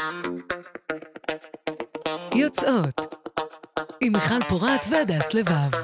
יוצאות עם מיכל פורט והדס לבב.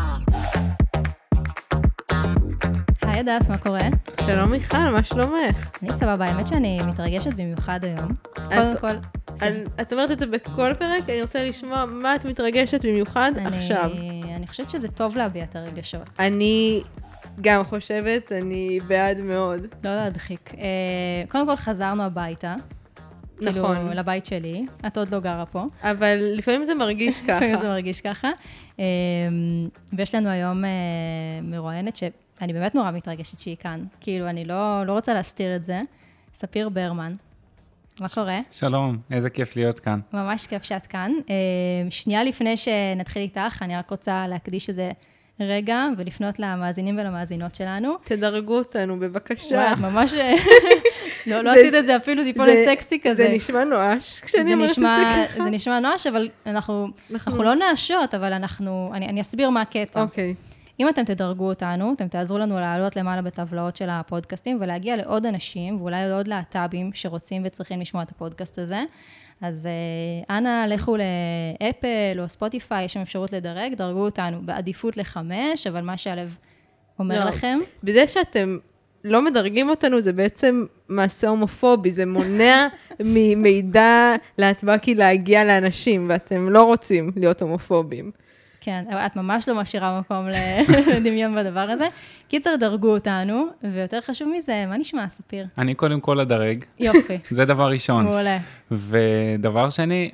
היי הדס, מה קורה? שלום מיכל, מה שלומך? אני סבבה, האמת שאני מתרגשת במיוחד היום. קודם כל... את אומרת את זה בכל פרק, אני רוצה לשמוע מה את מתרגשת במיוחד עכשיו. אני חושבת שזה טוב להביע את הרגשות. אני גם חושבת, אני בעד מאוד. לא להדחיק. קודם כל חזרנו הביתה. נכון. כאילו, לבית שלי. את עוד לא גרה פה. אבל לפעמים זה מרגיש ככה. לפעמים זה מרגיש ככה. ויש לנו היום מרואיינת שאני באמת נורא מתרגשת שהיא כאן. כאילו, אני לא רוצה להסתיר את זה. ספיר ברמן. מה קורה? שלום, איזה כיף להיות כאן. ממש כיף שאת כאן. שנייה לפני שנתחיל איתך, אני רק רוצה להקדיש איזה רגע ולפנות למאזינים ולמאזינות שלנו. תדרגו אותנו, בבקשה. ממש, לא עשית את זה אפילו טיפונת סקסי כזה. זה נשמע נואש כשאני אומרת את זה ככה. זה נשמע נואש, אבל אנחנו לא נאשות, אבל אני אסביר מה הקטע. אוקיי. אם אתם תדרגו אותנו, אתם תעזרו לנו לעלות למעלה בטבלאות של הפודקאסטים, ולהגיע לעוד אנשים, ואולי לעוד להט"בים שרוצים וצריכים לשמוע את הפודקאסט הזה. אז אנא, לכו לאפל או ספוטיפיי, יש שם אפשרות לדרג, דרגו אותנו בעדיפות ל5, אבל מה שהלב אומר לכם. בזה שאתם לא מדרגים אותנו, זה בעצם מעשה הומופובי, זה מונע ממידע להטבקי להגיע לאנשים, ואתם לא רוצים להיות הומופובים. כן, את ממש לא משאירה מקום לדמיון בדבר הזה. קיצר, דרגו אותנו, ויותר חשוב מזה, מה נשמע, ספיר? אני קודם כל אדרג. יופי. זה דבר ראשון. מעולה. ודבר שני,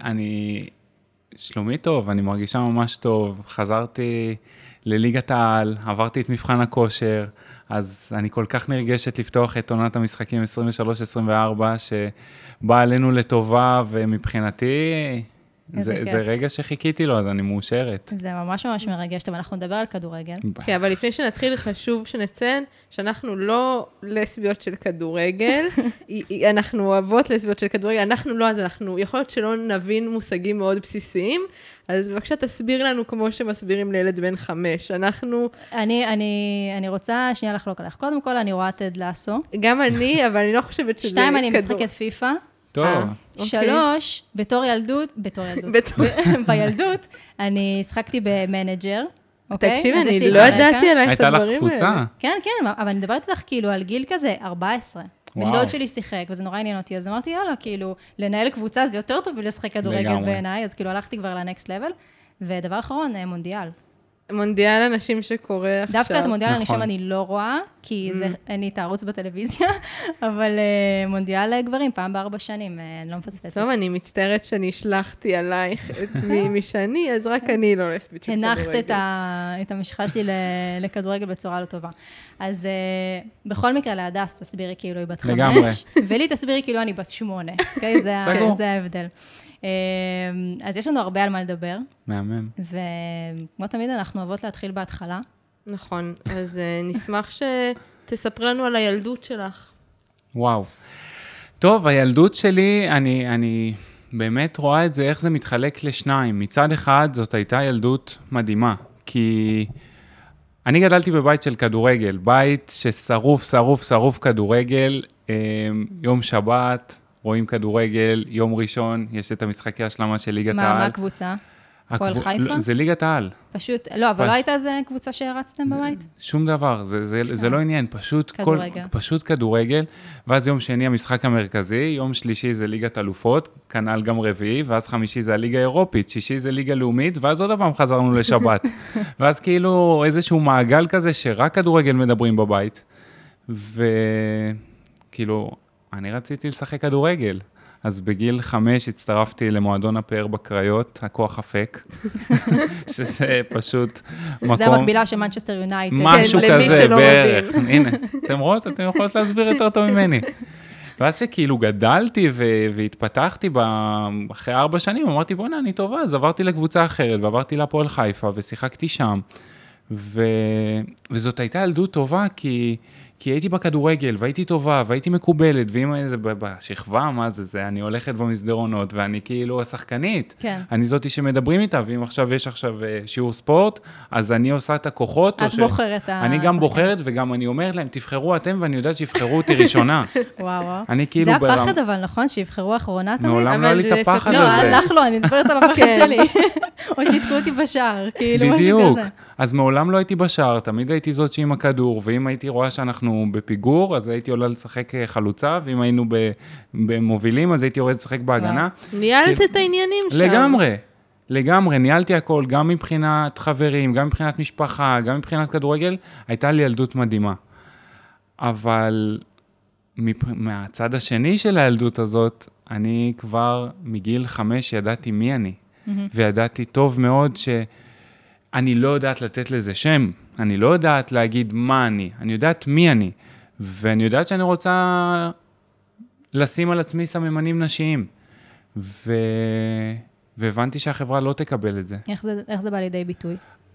שלומי טוב, אני מרגישה ממש טוב. חזרתי לליגת העל, עברתי את מבחן הכושר, אז אני כל כך נרגשת לפתוח את עונת המשחקים 23-24, שבא עלינו לטובה, ומבחינתי... זה רגע שחיכיתי לו, אז אני מאושרת. זה ממש ממש מרגש, אבל אנחנו נדבר על כדורגל. כן, אבל לפני שנתחיל, חשוב שנציין שאנחנו לא לסביות של כדורגל, אנחנו אוהבות לסביות של כדורגל, אנחנו לא, אז אנחנו, יכול להיות שלא נבין מושגים מאוד בסיסיים, אז בבקשה תסביר לנו כמו שמסבירים לילד בן 5, אנחנו... אני רוצה שנייה לחלוק עליך. קודם כל, אני רואה תד לסו. גם אני, אבל אני לא חושבת שזה... 2, אני משחקת פיפה. טוב. 3, בילדות, אני שחקתי במנג'ר, אוקיי? תקשיבי, אני לא ידעתי עלייך את הדברים האלה. הייתה לך קבוצה? כן, כן, אבל אני מדברת איתך כאילו על גיל כזה, 14. בן דוד שלי שיחק, וזה נורא עניין אותי, אז אמרתי, יאללה, כאילו, לנהל קבוצה זה יותר טוב ולשחק כדורגל בעיניי, אז כאילו הלכתי כבר לנקסט לבל, ודבר אחרון, מונדיאל. מונדיאל אנשים שקורה עכשיו. דווקא את מונדיאל אנשים אני לא רואה, כי אין לי את הערוץ בטלוויזיה, אבל מונדיאל גברים, פעם ב4 שנים, אני לא מפספסת. טוב, אני מצטערת שאני השלחתי עלייך את מי שאני, אז רק אני לא לסבית של כדורגל. הנחת את המשיכה שלי לכדורגל בצורה לא טובה. אז בכל מקרה להדס, תסבירי כאילו היא בת 5, לגמרי. ולי תסבירי כאילו אני בת 8, זה ההבדל. אז יש לנו הרבה על מה לדבר. מהמם. וכמו תמיד אנחנו אוהבות להתחיל בהתחלה. נכון, אז נשמח שתספרי לנו על הילדות שלך. וואו. טוב, הילדות שלי, אני באמת רואה את זה, איך זה מתחלק לשניים. מצד אחד, זאת הייתה ילדות מדהימה, כי אני גדלתי בבית של כדורגל, בית ששרוף כדורגל, יום שבת, רואים כדורגל, יום ראשון, יש את המשחקי השלמה של ליגת העל. מה הקבוצה? פועל חיפה? זה ליגת העל. פשוט, לא, אבל לא הייתה איזה קבוצה שהרצתם בבית? שום דבר, זה לא עניין, פשוט כדורגל, ואז יום שני המשחק המרכזי, יום שלישי זה ליגת אלופות, כנ"ל גם רביעי, ואז חמישי זה הליגה האירופית, שישי זה ליגה לאומית, ואז עוד פעם חזרנו לשבת. ואז כאילו איזשהו מעגל כזה שרק כדורגל מדברים בבית, וכאילו... אני רציתי לשחק כדורגל, אז בגיל 5 הצטרפתי למועדון הפאר בקריות, הכוח אפק, שזה פשוט מקום... זה המקבילה של מנצ'סטר יונייטד. משהו כזה בערך. הנה, אתם רואות? אתם יכולות להסביר יותר טוב ממני. ואז שכאילו גדלתי והתפתחתי אחרי 4 שנים, אמרתי, בוא'נה, אני טובה, אז עברתי לקבוצה אחרת, ועברתי לפועל חיפה, ושיחקתי שם, וזאת הייתה ילדות טובה, כי כי הייתי בכדורגל, והייתי טובה, והייתי מקובלת, ואם זה בשכבה, מה זה, אני הולכת במסדרונות, ואני כאילו השחקנית. כן. אני זאתי שמדברים איתה, ואם יש עכשיו שיעור ספורט, אז אני עושה את הכוחות. את בוחרת אני גם בוחרת, וגם אני אומרת להם, תבחרו אתם, ואני יודעת שיבחרו אותי ראשונה. וואו. אני כאילו זה הפחד אבל, נכון? שיבחרו אחרונה תמיד? מעולם לא היה לי את הפחד הזה. לא, לך לא, אני מדברת על הפחד שלי. או שיתקעו אותי בשער, כאילו משהו בדיוק. כזה. אז מעולם לא הייתי בשער, תמיד הייתי זאת שעם הכדור, ואם הייתי רואה שאנחנו בפיגור, אז הייתי עולה לשחק חלוצה, ואם היינו במובילים, אז הייתי יורד לשחק בהגנה. ניהלת את העניינים שם. לגמרי, ניהלתי הכל, גם מבחינת חברים, גם מבחינת משפחה, גם מבחינת כדורגל, הייתה לי ילדות מדהימה. אבל מהצד השני של הילדות הזאת, אני כבר מגיל 5 ידעתי מי אני, וידעתי טוב מאוד שאני לא יודעת לתת לזה שם, אני לא יודעת להגיד מה אני יודעת מי אני, ואני יודעת שאני רוצה לשים על עצמי סממנים נשיים, והבנתי שהחברה לא תקבל את זה. איך זה בא לידי ביטוי?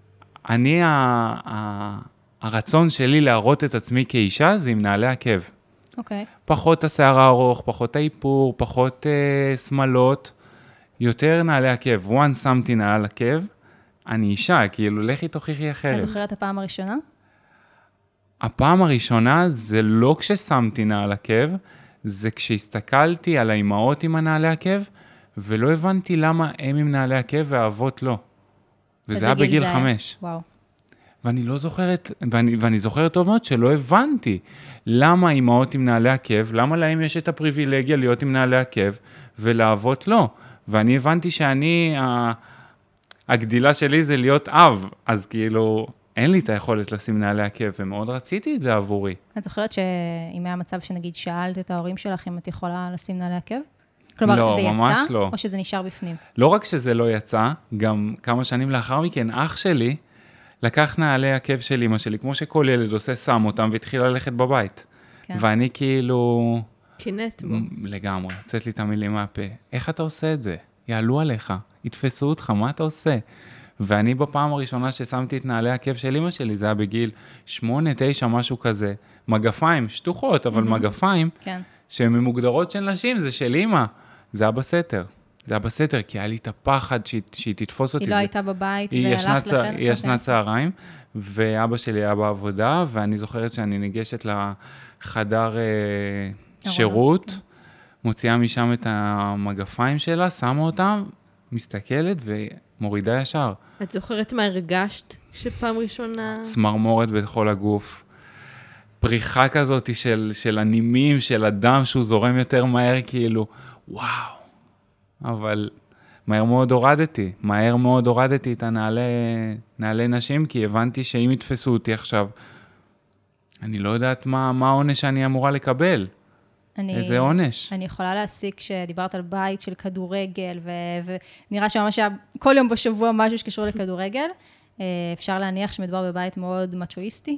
הרצון שלי להראות את עצמי כאישה זה עם נעלי עקב. אוקיי. פחות השיער הארוך, פחות האיפור, פחות שמלות, יותר נעלי עקב. once שמתי נעל עקב, אני אישה, כאילו לכי תוכיחי אחרת. את זוכרת הפעם הראשונה? הפעם הראשונה זה לא כששמתי נעל עקב, זה כשהסתכלתי על האימהות עם הנעלי עקב, ולא הבנתי למה הם עם נעלי עקב והאבות לא. וזה היה בגיל 5. וואו. ואני לא זוכרת, ואני זוכרת טוב מאוד שלא הבנתי למה האימהות עם נעלי עקב, למה להם יש את הפריבילגיה להיות עם נעלי עקב, ולאבות לא. ואני הבנתי הגדילה שלי זה להיות אב, אז כאילו אין לי את היכולת לשים נעלי עקב, ומאוד רציתי את זה עבורי. את זוכרת שאם היה מצב שנגיד שאלת את ההורים שלך אם את יכולה לשים נעלי עקב? כלומר, לא, זה יצא, ממש לא. או שזה נשאר בפנים? לא רק שזה לא יצא, גם כמה שנים לאחר מכן, אח שלי לקח נעלי עקב של אמא שלי, כמו שכל ילד עושה, שם אותם והתחיל ללכת בבית. כן. ואני כאילו... קינט בו. לגמרי, יוצאת לי את המילים מהפה. איך אתה עושה את זה? יעלו עליך, יתפסו אותך, מה אתה עושה? ואני בפעם הראשונה ששמתי את נעלי עקב של אמא שלי, זה היה בגיל 8, 9, משהו כזה. מגפיים, שטוחות, אבל מגפיים, כן. שהן ממוגדרות של נשים, זה של אמא. זה היה בסתר. זה היה בסתר, כי היה לי את הפחד שהיא תתפוס אותי. היא לא הייתה בבית והלכת לכן? היא ישנה צהריים, ואבא שלי היה בעבודה, ואני זוכרת שאני ניגשת לחדר שירות, מוציאה משם את המגפיים שלה, שמה אותם, מסתכלת ומורידה ישר. את זוכרת מה הרגשת שפעם ראשונה? צמרמורת בכל הגוף. פריחה כזאת של הנימים, של הדם שהוא זורם יותר מהר, כאילו, וואו. אבל מהר מאוד הורדתי את הנעלי נשים, כי הבנתי שאם יתפסו אותי עכשיו, אני לא יודעת מה העונש שאני אמורה לקבל. איזה עונש? אני יכולה להסיק שדיברת על בית של כדורגל, ונראה שממש היה כל יום בשבוע משהו שקשור לכדורגל. אפשר להניח שמדובר בבית מאוד מצ'ואיסטי?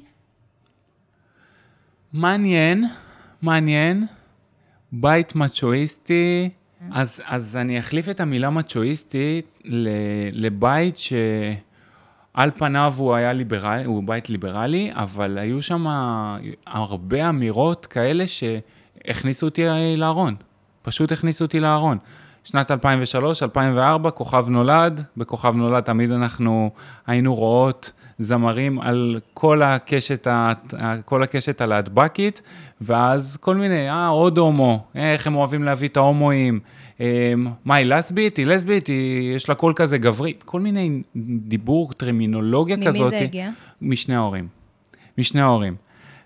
מעניין. בית מצ'ואיסטי, אז אני אחליף את המילה מצ'ואיסטי לבית שעל פניו הוא בית ליברלי, אבל היו שם הרבה אמירות כאלה שהכניסו אותי לארון. פשוט הכניסו אותי לארון. שנת 2003, 2004, כוכב נולד. בכוכב נולד תמיד אנחנו היינו רואות זמרים על כל הקשת הלהטבקית, ואז כל מיני, עוד הומו, איך הם אוהבים להביא את ההומואים, מה, היא לסבית, יש לה קול כזה גברי, כל מיני דיבור, טרמינולוגיה כזאת. ממי זה הגיע? משני ההורים.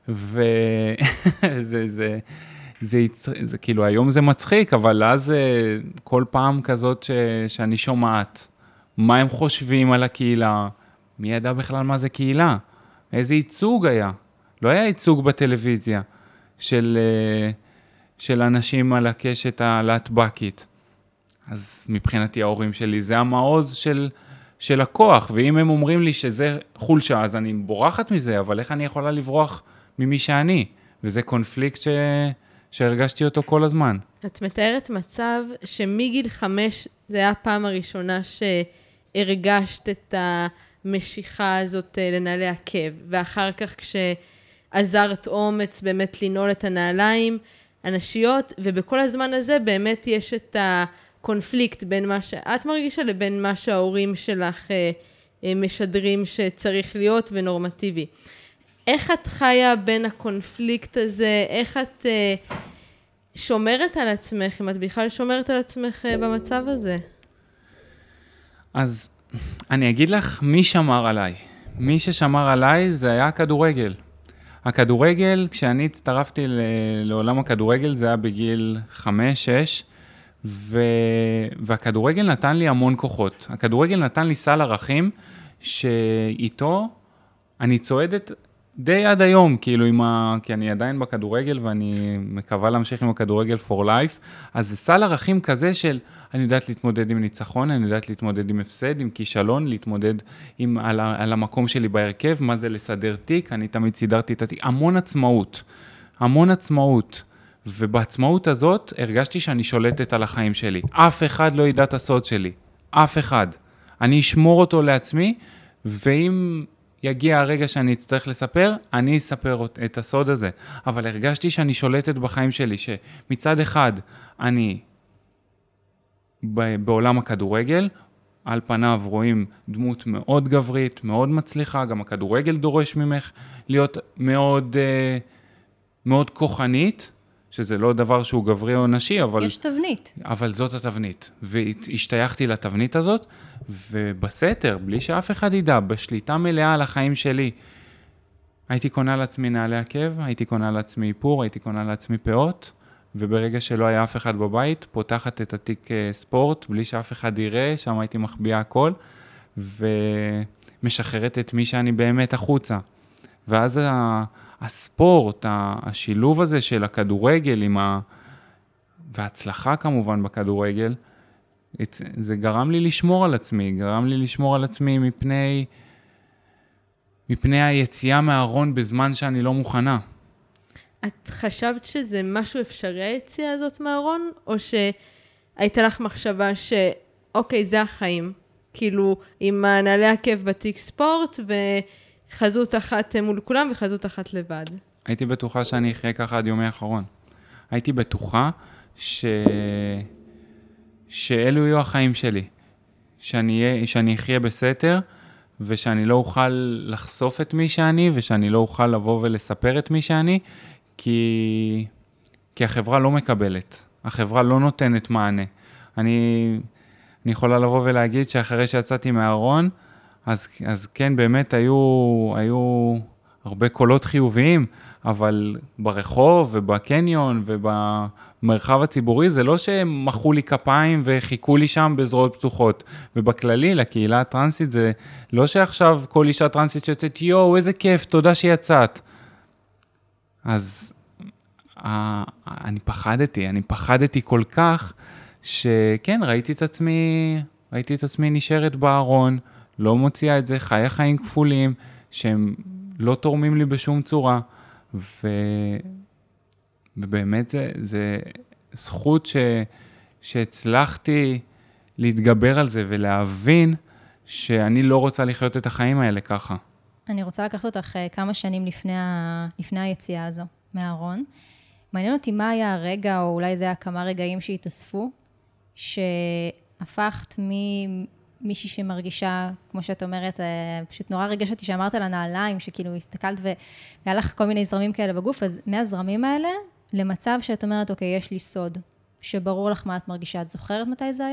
וזה כאילו, היום זה מצחיק, אבל אז כל פעם כזאת שאני שומעת, מה הם חושבים על הקהילה, מי ידע בכלל מה זה קהילה? איזה ייצוג היה? לא היה ייצוג בטלוויזיה של אנשים על הקשת הלהטבקית. אז מבחינתי ההורים שלי, זה המעוז של הכוח, ואם הם אומרים לי שזה חולשה, אז אני בורחת מזה, אבל איך אני יכולה לברוח ממי שאני? וזה קונפליקט שהרגשתי אותו כל הזמן. את מתארת מצב שמגיל 5, זה היה הפעם הראשונה שהרגשת את המשיכה הזאת לנעלי עקב, ואחר כך עזרת אומץ באמת לנעול את הנעליים הנשיות, ובכל הזמן הזה באמת יש את הקונפליקט בין מה שאת מרגישה לבין מה שההורים שלך משדרים שצריך להיות ונורמטיבי. איך את חיה בין הקונפליקט הזה? איך את שומרת על עצמך, אם את בכלל שומרת על עצמך במצב הזה? אז אני אגיד לך מי שמר עליי. מי ששמר עליי זה היה הכדורגל. הכדורגל, כשאני הצטרפתי לעולם הכדורגל, זה היה בגיל 5-6, והכדורגל נתן לי המון כוחות. הכדורגל נתן לי סל ערכים, שאיתו אני צועדת די עד היום, כאילו כי אני עדיין בכדורגל, ואני מקווה להמשיך עם הכדורגל for life, אז זה סל ערכים כזה של, אני יודעת להתמודד עם ניצחון, אני יודעת להתמודד עם הפסד, עם כישלון, להתמודד על המקום שלי בהרכב, מה זה לסדר תיק, אני תמיד סידרתי את התיק, המון עצמאות, ובעצמאות הזאת הרגשתי שאני שולטת על החיים שלי. אף אחד לא ידע את הסוד שלי, אף אחד. אני אשמור אותו לעצמי, ואם יגיע הרגע שאני אצטרך לספר, אני אספר את הסוד הזה. אבל הרגשתי שאני שולטת בחיים שלי, שמצד אחד אני בעולם הכדורגל, על פניו רואים דמות מאוד גברית, מאוד מצליחה, גם הכדורגל דורש ממך להיות מאוד, מאוד כוחנית, שזה לא דבר שהוא גברי או נשי, אבל... יש תבנית. אבל זאת התבנית, והשתייכתי לתבנית הזאת, ובסתר, בלי שאף אחד ידע, בשליטה מלאה על החיים שלי, הייתי קונה לעצמי נעלי עקב, הייתי קונה לעצמי איפור, הייתי קונה לעצמי פאות, וברגע שלא היה אף אחד בבית, פותחת את התיק ספורט, בלי שאף אחד יראה, שם הייתי מחביאה הכל, ומשחררת את מי שאני באמת החוצה. ואז הספורט, השילוב הזה של הכדורגל וההצלחה כמובן בכדורגל, זה גרם לי לשמור על עצמי, מפני היציאה מהארון בזמן שאני לא מוכנה. את חשבת שזה משהו אפשרי היציאה הזאת מהארון, או שהייתה לך מחשבה שאוקיי, זה החיים, כאילו עם נעלי עקב בתיק ספורט וחזות אחת מול כולם וחזות אחת לבד? הייתי בטוחה שאני אחיה ככה עד יומי האחרון. הייתי בטוחה שאלו יהיו החיים שלי, שאני אחיה בסתר, ושאני לא אוכל לחשוף את מי שאני, ושאני לא אוכל לבוא ולספר את מי שאני, כי החברה לא מקבלת, החברה לא נותנת מענה. אני יכולה לבוא ולהגיד שאחרי שיצאתי מהארון, אז כן, באמת היו הרבה קולות חיוביים, אבל ברחוב ובקניון ובמרחב הציבורי, זה לא שהם מחאו לי כפיים וחיכו לי שם בזרועות פתוחות. ובכללי, לקהילה הטרנסית, זה לא שעכשיו כל אישה טרנסית שיוצאת, יואו, איזה כיף, תודה שיצאת. אז אני פחדתי כל כך, שכן, ראיתי את עצמי נשארת בארון, לא מוציאה את זה, חיה חיים כפולים, שהם לא תורמים לי בשום צורה, ובאמת זה זכות שהצלחתי להתגבר על זה, ולהבין שאני לא רוצה לחיות את החיים האלה ככה. אני רוצה לקחת אותך כמה שנים לפני היציאה הזו מהארון. מעניין אותי מה היה הרגע, או אולי זה היה כמה רגעים שהתאספו, שהפכת מישהי שמרגישה, כמו שאת אומרת, פשוט נורא רגשתי שאמרת על הנעליים, שכאילו הסתכלת והיה לך כל מיני זרמים כאלה בגוף, אז מהזרמים האלה, למצב שאת אומרת, אוקיי, יש לי סוד, שברור לך מה את מרגישה. את זוכרת מתי זה היה?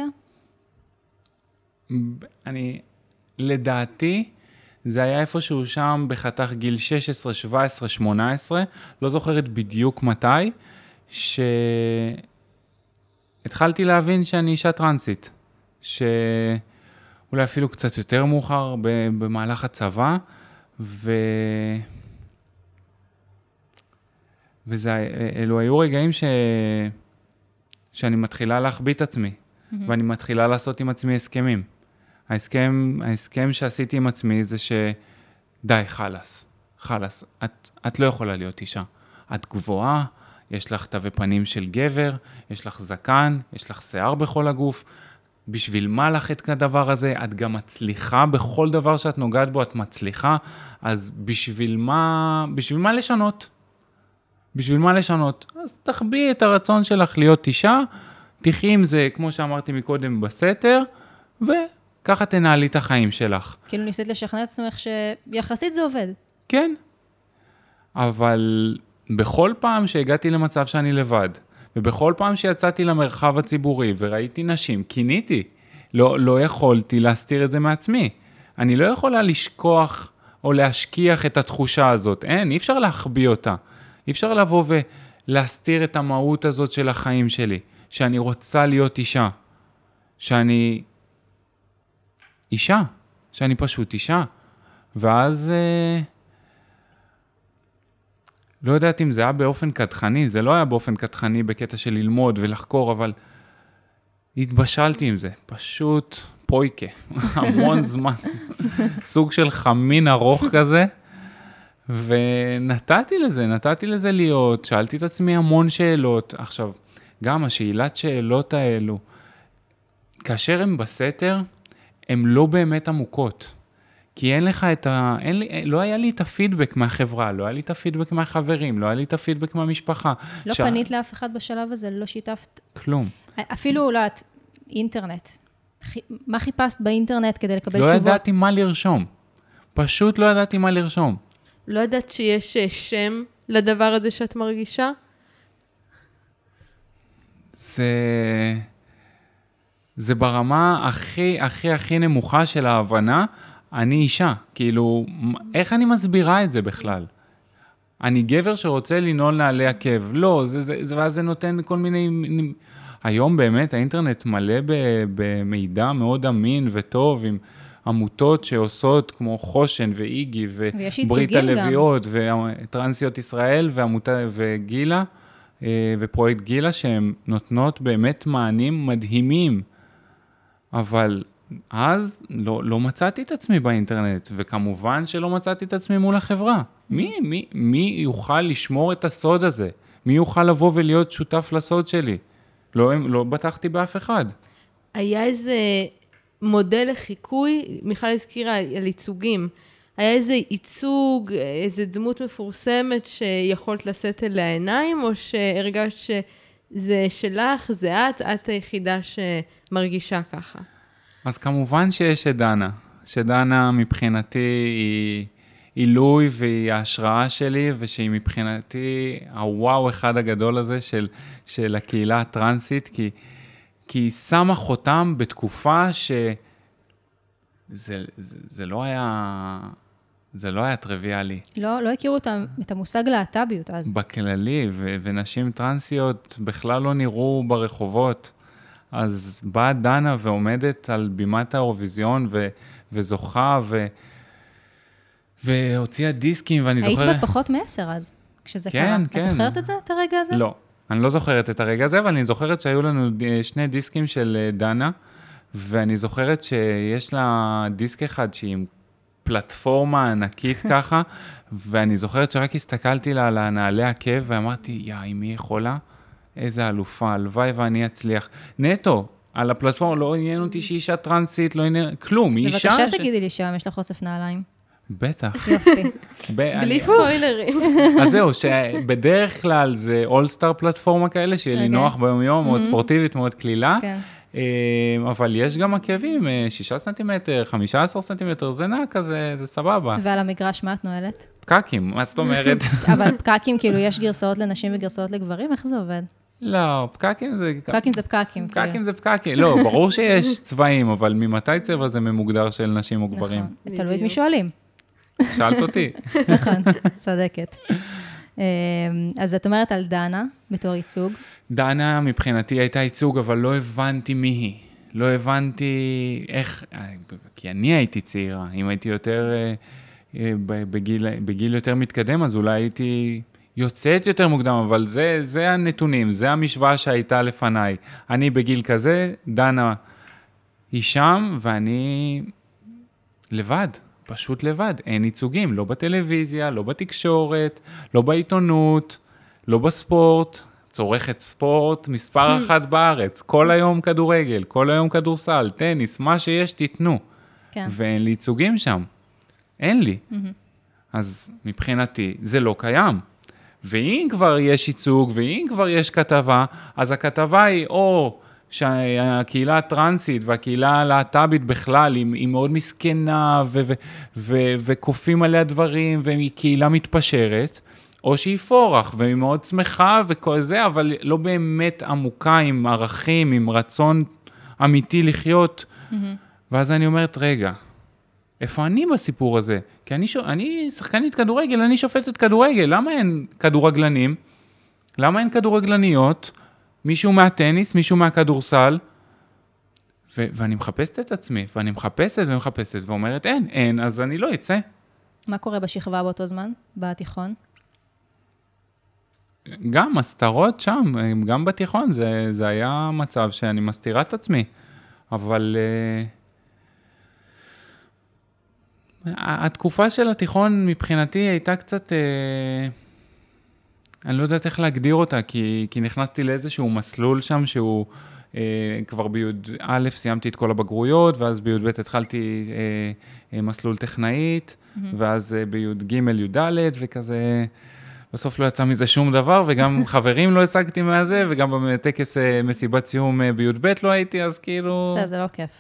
לדעתי, זה היה איפשהו שם בחתך גיל 16, 17, 18, לא זוכרת בדיוק מתי, שהתחלתי להבין שאני אישה טרנסית, שאולי אפילו קצת יותר מאוחר במהלך הצבא, אלו היו רגעים שאני מתחילה להחביא את עצמי, ואני מתחילה לעשות עם עצמי הסכמים. ההסכם שעשיתי עם עצמי זה די, חלס, את לא יכולה להיות אישה. את גבוהה, יש לך תווי פנים של גבר, יש לך זקן, יש לך שיער בכל הגוף. בשביל מה לך את הדבר הזה? את גם מצליחה בכל דבר שאת נוגעת בו, את מצליחה, אז בשביל מה לשנות? בשביל מה לשנות? אז תחביאי את הרצון שלך להיות אישה, תחי עם זה, כמו שאמרתי מקודם, בסתר, וככה תנהלי את החיים שלך. כאילו ניסית לשכנע את עצמך שיחסית זה עובד. כן, אבל בכל פעם שהגעתי למצב שאני לבד, ובכל פעם שיצאתי למרחב הציבורי וראיתי נשים, קיניתי, לא יכולתי להסתיר את זה מעצמי. אני לא יכולה לשכוח או להשכיח את התחושה הזאת. אי אפשר להחביא אותה. אי אפשר לבוא ולהסתיר את המהות הזאת של החיים שלי, שאני רוצה להיות אישה, שאני אישה, שאני פשוט אישה. ואז לא יודעת אם זה היה באופן קדחני, זה לא היה באופן קדחני בקטע של ללמוד ולחקור, אבל התבשלתי עם זה, פשוט פויקה, המון זמן, סוג של חמין ארוך כזה, ונתתי לזה להיות, שאלתי את עצמי המון שאלות. עכשיו, גם השאלת שאלות האלו, כאשר הם בסתר, הם לא באמת עמוקות. כי אין לך לא היה לי את הפידבק מהחברה, לא היה לי את הפידבק מהחברים, לא היה לי את הפידבק מהמשפחה. לא פנית לאף אחד בשלב הזה, לא שיתפת? כלום. אפילו, לא, אינטרנט. מה חיפשת באינטרנט כדי לקבל לא תשובות? ידעתי מה לרשום. פשוט לא ידעתי מה לרשום. לא ידעת שיש שם לדבר הזה שאת מרגישה? זה ברמה הכי נמוכה של ההבנה, אני אישה. כאילו, איך אני מסבירה את זה בכלל? אני גבר שרוצה לנעול נעלי עקב. לא, ואז זה נותן כל מיני... היום באמת האינטרנט מלא במידע מאוד אמין וטוב, עם עמותות שעושות כמו חושן ואיגי וברית הלוויות וטרנסיות ישראל וגילה ופרויקט גילה, שהן נותנות באמת מענים מדהימים. אבל אז לא מצאתי את עצמי באינטרנט, וכמובן שלא מצאתי את עצמי מול החברה. מי יוכל לשמור את הסוד הזה? מי יוכל לבוא ולהיות שותף לסוד שלי? לא בטחתי באף אחד. היה איזה מודל לחיקוי, מיכל הזכירה על ייצוגים, היה איזה ייצוג, איזה דמות מפורסמת שיכולת לשאת אליה עיניים, או שהרגשת שזה שלך, זה את היחידה שמרגישה ככה? אז כמובן שיש את דנה, שדנה מבחינתי היא עילוי והיא ההשראה שלי, ושהיא מבחינתי הוואו אחד הגדול הזה של הקהילה הטרנסית, כי היא שמה חותם בתקופה זה לא היה טריוויאלי. לא הכירו את המושג להט"ביות אז. בכללי, ונשים טרנסיות בכלל לא נראו ברחובות. אז באה דנה ועומדת על בימת האירוויזיון וזוכה והוציאה דיסקים, ואני זוכרת... היית בת פחות מ10 אז, כשזה קרה. את זוכרת את זה, את הרגע הזה? לא, אני לא זוכרת את הרגע הזה, אבל אני זוכרת שהיו לנו 2 דיסקים של דנה, ואני זוכרת שיש לה דיסק אחד שהיא עם פלטפורמה ענקית ככה, ואני זוכרת שרק הסתכלתי לה על נעלי עקב, ואמרתי, אם היא יכולה, איזה אלופה, הלוואי ואני אצליח. נטו, על הפלטפורמה לא עניין אותי שהיא אישה טרנסית, לא עניין, כלום, היא אישה... בבקשה תגידי לי שם, יש לך אוסף נעליים. בטח. יופי. בלי ספוילרים. אז זהו, שבדרך כלל זה אול-סטאר פלטפורמה כאלה, שיהיה לי נוח ביום יום, מאוד ספורטיבית, מאוד כלילה. אבל יש גם עקבים, 6 סנטימטר, 15 סנטימטר, זה נע כזה, זה סבבה. ועל המגרש מה את נועלת? פקקים, מה זאת אומרת? אבל פקקים, כאילו, יש גרסאות לנשים וגרסאות לגברים, איך זה עובד? לא, פקקים זה... פקקים זה פקקים. פקקים זה פקקים, לא, ברור שיש צבעים, אבל ממתי צבע זה ממוגדר של נשים או גברים? נכון, תלוי את מי שואלים. שאלת אותי. נכון, צודקת. אז את אומרת על דנה בתור ייצוג? דנה מבחינתי הייתה ייצוג, אבל לא הבנתי מי היא. לא הבנתי איך, כי אני הייתי צעירה, אם הייתי יותר, בגיל יותר מתקדם, אז אולי הייתי יוצאת יותר מוקדם, אבל זה הנתונים, זה המשוואה שהייתה לפניי. אני בגיל כזה, דנה היא שם, ואני לבד. פשוט לבד, אין ייצוגים, לא בטלוויזיה, לא בתקשורת, לא בעיתונות, לא בספורט, צורכת ספורט מספר אחת בארץ, כל היום כדורגל, כל היום כדורסל, טניס, מה שיש תיתנו. כן. ואין לי ייצוגים שם. אין לי. אז מבחינתי זה לא קיים. ואם כבר יש ייצוג, ואם כבר יש כתבה, אז הכתבה היא או שהקהילה הטרנסית והקהילה הלהט"בית בכלל היא מאוד מסכנה וקופים עליה דברים, והיא קהילה מתפשרת, או שהיא פורח והיא מאוד שמחה וכל זה, אבל לא באמת עמוקה עם ערכים, עם רצון אמיתי לחיות. ואז אני אומרת, רגע, איפה אני בסיפור הזה? כי אני שחקנית כדורגל, אני שופטת כדורגל, למה אין כדורגלנים? למה אין כדורגלניות? מישהו מהטניס, מישהו מהכדורסל? ואני מחפשת את עצמי, ואני מחפשת ואומרת, אין, אז אני לא אצא. מה קורה בשכבה באותו זמן, בתיכון? גם מסתרות שם, גם בתיכון, זה היה מצב שאני מסתירה את עצמי, אבל התקופה של התיכון מבחינתי הייתה קצת, אני לא יודעת איך להגדיר אותה, כי נכנסתי לאיזשהו מסלול שם שהוא כבר בי"א סיימתי את כל הבגרויות, ואז בי"ב התחלתי מסלול טכנאית, ואז בי"ג י"ד וכזה, בסוף לא יצא מזה שום דבר, וגם חברים לא השגתי מהזה, וגם בטקס מסיבת סיום בי"ב לא הייתי, אז כאילו... זה לא כיף.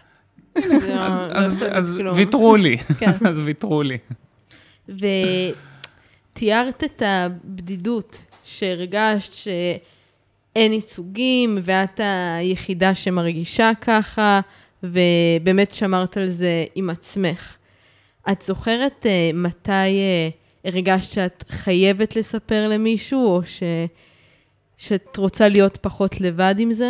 אז ויתרו לי, אז ויתרו לי. ותיארת את הבדידות שהרגשת שאין ייצוגים, ואת היחידה שמרגישה ככה, ובאמת שמרת על זה עם עצמך. את זוכרת מתי הרגשת שאת חייבת לספר למישהו, או שאת רוצה להיות פחות לבד עם זה?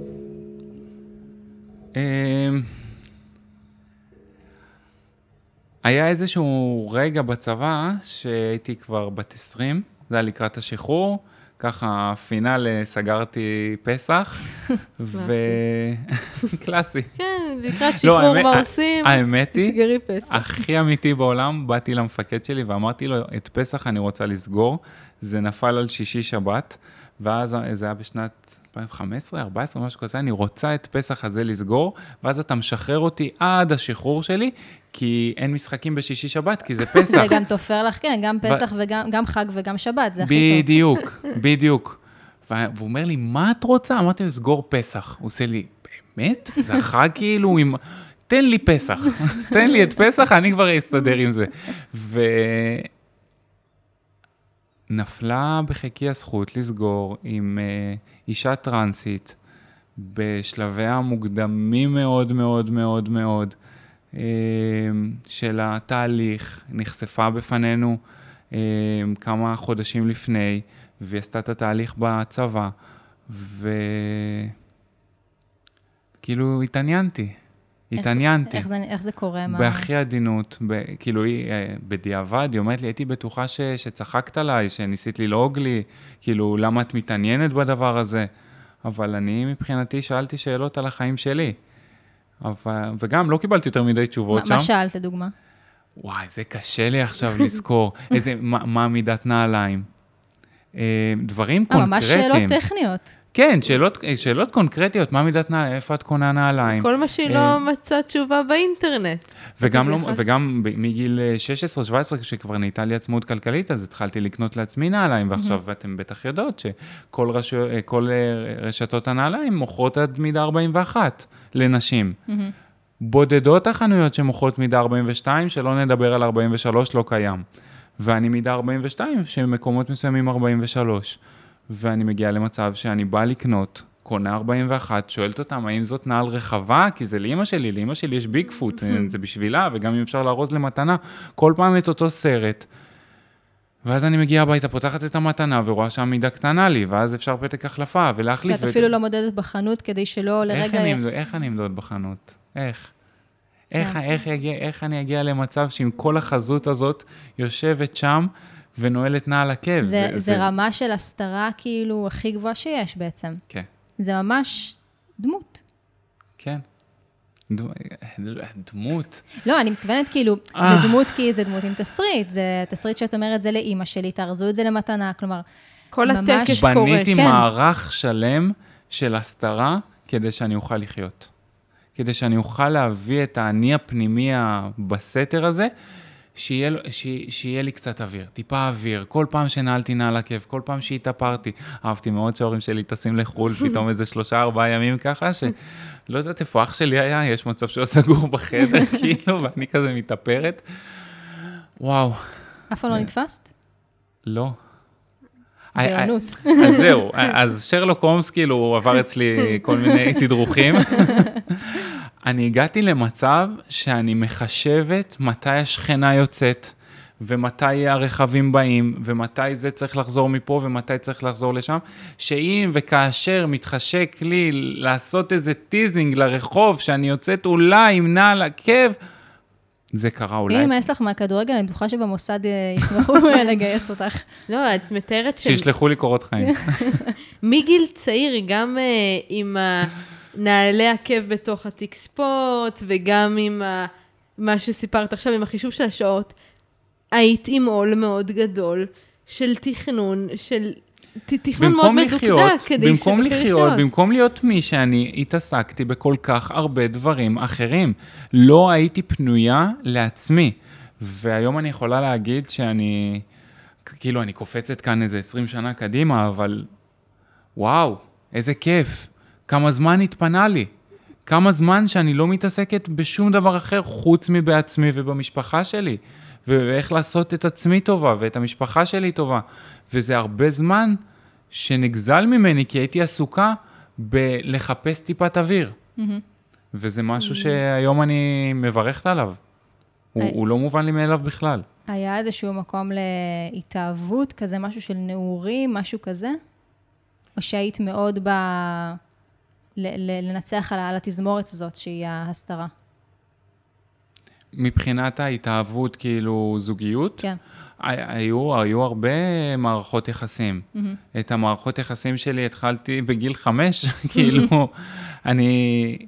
היה איזשהו רגע בצבא שהייתי כבר בת 20, זה היה לקראת השחרור, ככה פינאל סגרתי פסח, קלאסי. כן, לקראת שחרור מה עושים, האמת היא, סגרי פסח. הכי אמיתי בעולם, באתי למפקד שלי ואמרתי לו, את פסח אני רוצה לסגור, זה נפל על שישי שבת, ואז זה היה בשנת 2015, 14, משהו כזה, אני רוצה את פסח הזה לסגור, ואז אתה משחרר אותי עד השחרור שלי, כי אין משחקים בשישי שבת, כי זה פסח. זה גם תופר לך, כן, גם פסח וגם חג וגם שבת, זה הכי טוב. בדיוק. והוא אומר לי, מה את רוצה? אמרתי לו, סגור פסח. הוא עושה לי, באמת? זה החג כאילו, תן לי פסח. תן לי את פסח, אני כבר אסתדר עם זה. נפלה בחיקי הזכות לסגור עם אישה טרנסית, בשלביה המוקדמים מאוד מאוד מאוד מאוד, של התהליך, נחשפה בפנינו כמה חודשים לפני, והיא עשתה את התהליך בצבא, וכאילו התעניינתי. איך זה קורה? בהכי עדינות, כאילו היא בדיעבד, היא אומרת לי, הייתי בטוחה שצחקת עליי, שניסית ללעוג לי, כאילו למה את מתעניינת בדבר הזה? אבל אני מבחינתי שאלתי שאלות על החיים שלי. וגם לא קיבלתי יותר מדי תשובות שם. מה שאלת, לדוגמה? וואי, זה קשה לי עכשיו לזכור. מה מידת נעליים? דברים קונקרטיים. ממש שאלות טכניות. כן, שאלות קונקרטיות, מה מידת נעליים, איפה את קונה נעליים? כל מה שהיא לא מצאה תשובה באינטרנט. וגם מגיל 16-17, כשכבר נהייתה לי עצמאות כלכלית, אז התחלתי לקנות לעצמי נעליים, ועכשיו אתם בטח יודעות שכל רשתות הנעליים מוכרות עד מידה 41 לנשים. בודדות החנויות שמוכרות מידה 42, שלא נדבר על 43, לא קיים. ואני מידה 42, שמקומות מסוימים 43. ואני מגיעה למצב שאני באה לקנות, קונה 41, שואלת אותם, האם זאת נעל רחבה? כי זה לאמא שלי יש ביג פוט, זה בשבילה, וגם אם אפשר לארוז למתנה, כל פעם את אותו סרט. ואז אני מגיעה הביתה, פותחת את המתנה, ורואה שהמידה קטנה לי, ואז אפשר פתק החלפה ולהחליף. ואת אפילו לא מודדת בחנות, כדי שלא לרגע... איך אני אמדוד בחנות? איך אני אגיע למצב שעם כל החזות הזאת יושבת שם, ונועלת נעל עקב. זה רמה של הסתרה כאילו הכי גבוהה שיש בעצם. כן. זה ממש דמות. כן. דמות. לא, אני מתכוונת כאילו, זה דמות כי זה דמות עם תסריט. זה תסריט שאת אומרת, זה לאמא שלי, תארזו את זה למתנה. כלומר, כל ממש הטקס קורה. בניתי כן. מערך שלם של הסתרה, כדי שאני אוכל לחיות. כדי שאני אוכל להביא את האני הפנימי בסתר הזה, שיהיה לי קצת אוויר, טיפה אוויר. כל פעם שנעלתי נעל עקב, כל פעם שהתאפרתי. אהבתי מאוד שההורים שלי טסים לחול, פתאום איזה 3-4 ימים ככה, שלא יודעת איפה אח שלי היה, יש מצב שהוא סגור בחדר, כאילו, ואני כזה מתאפרת. וואו. אף פעם לא נתפסת? לא. גאונות. אז זהו, אז שרלוק הולמס כאילו הוא עבר אצלי כל מיני תדרוכים. אני הגעתי למצב שאני מחשבת מתי השכנה יוצאת, ומתי הרכבים באים, ומתי זה צריך לחזור מפה, ומתי צריך לחזור לשם, שאם וכאשר מתחשק לי לעשות איזה טיזינג לרחוב, שאני יוצאת אולי עם נעל עקב, זה קרה אולי. אם יש לך מהכדורגל, אני בטוחה שבמוסד ישמחו לגייס אותך. לא, את מתארת שישלחו לי קורות חיים. מגיל צעיר היא גם עם נעלי עקב בתוך התיק ספורט, וגם עם מה שסיפרת עכשיו, עם החישוב של השעות, היית עם עול מאוד גדול של תכנון, של תכנון מאוד מדוקדק, כדי במקום לחיות, במקום להיות מי שאני התעסקתי בכל כך הרבה דברים אחרים, לא הייתי פנויה לעצמי, והיום אני יכולה להגיד שאני, כאילו אני קופצת כאן איזה 20 שנה קדימה, אבל וואו, איזה כיף, כמה זמן התפנה לי, כמה זמן שאני לא מתעסקת בשום דבר אחר חוץ מבעצמי ובמשפחה שלי, ואיך לעשות את עצמי טובה ואת המשפחה שלי טובה, וזה הרבה זמן שנגזל ממני, כי הייתי עסוקה בלחפש טיפת אוויר. וזה משהו שהיום אני מברכת עליו. הוא לא מובן לי מאליו בכלל. היה איזשהו מקום להתאהבות, כזה משהו של נעורים, משהו כזה? או שהיית מאוד לנצח על התזמורת הזאת, שהיא ההסתרה? מבחינת ההתאהבות, כאילו זוגיות, כן. היו הרבה מערכות יחסים. את המערכות יחסים שלי התחלתי בגיל 5, כאילו, אני,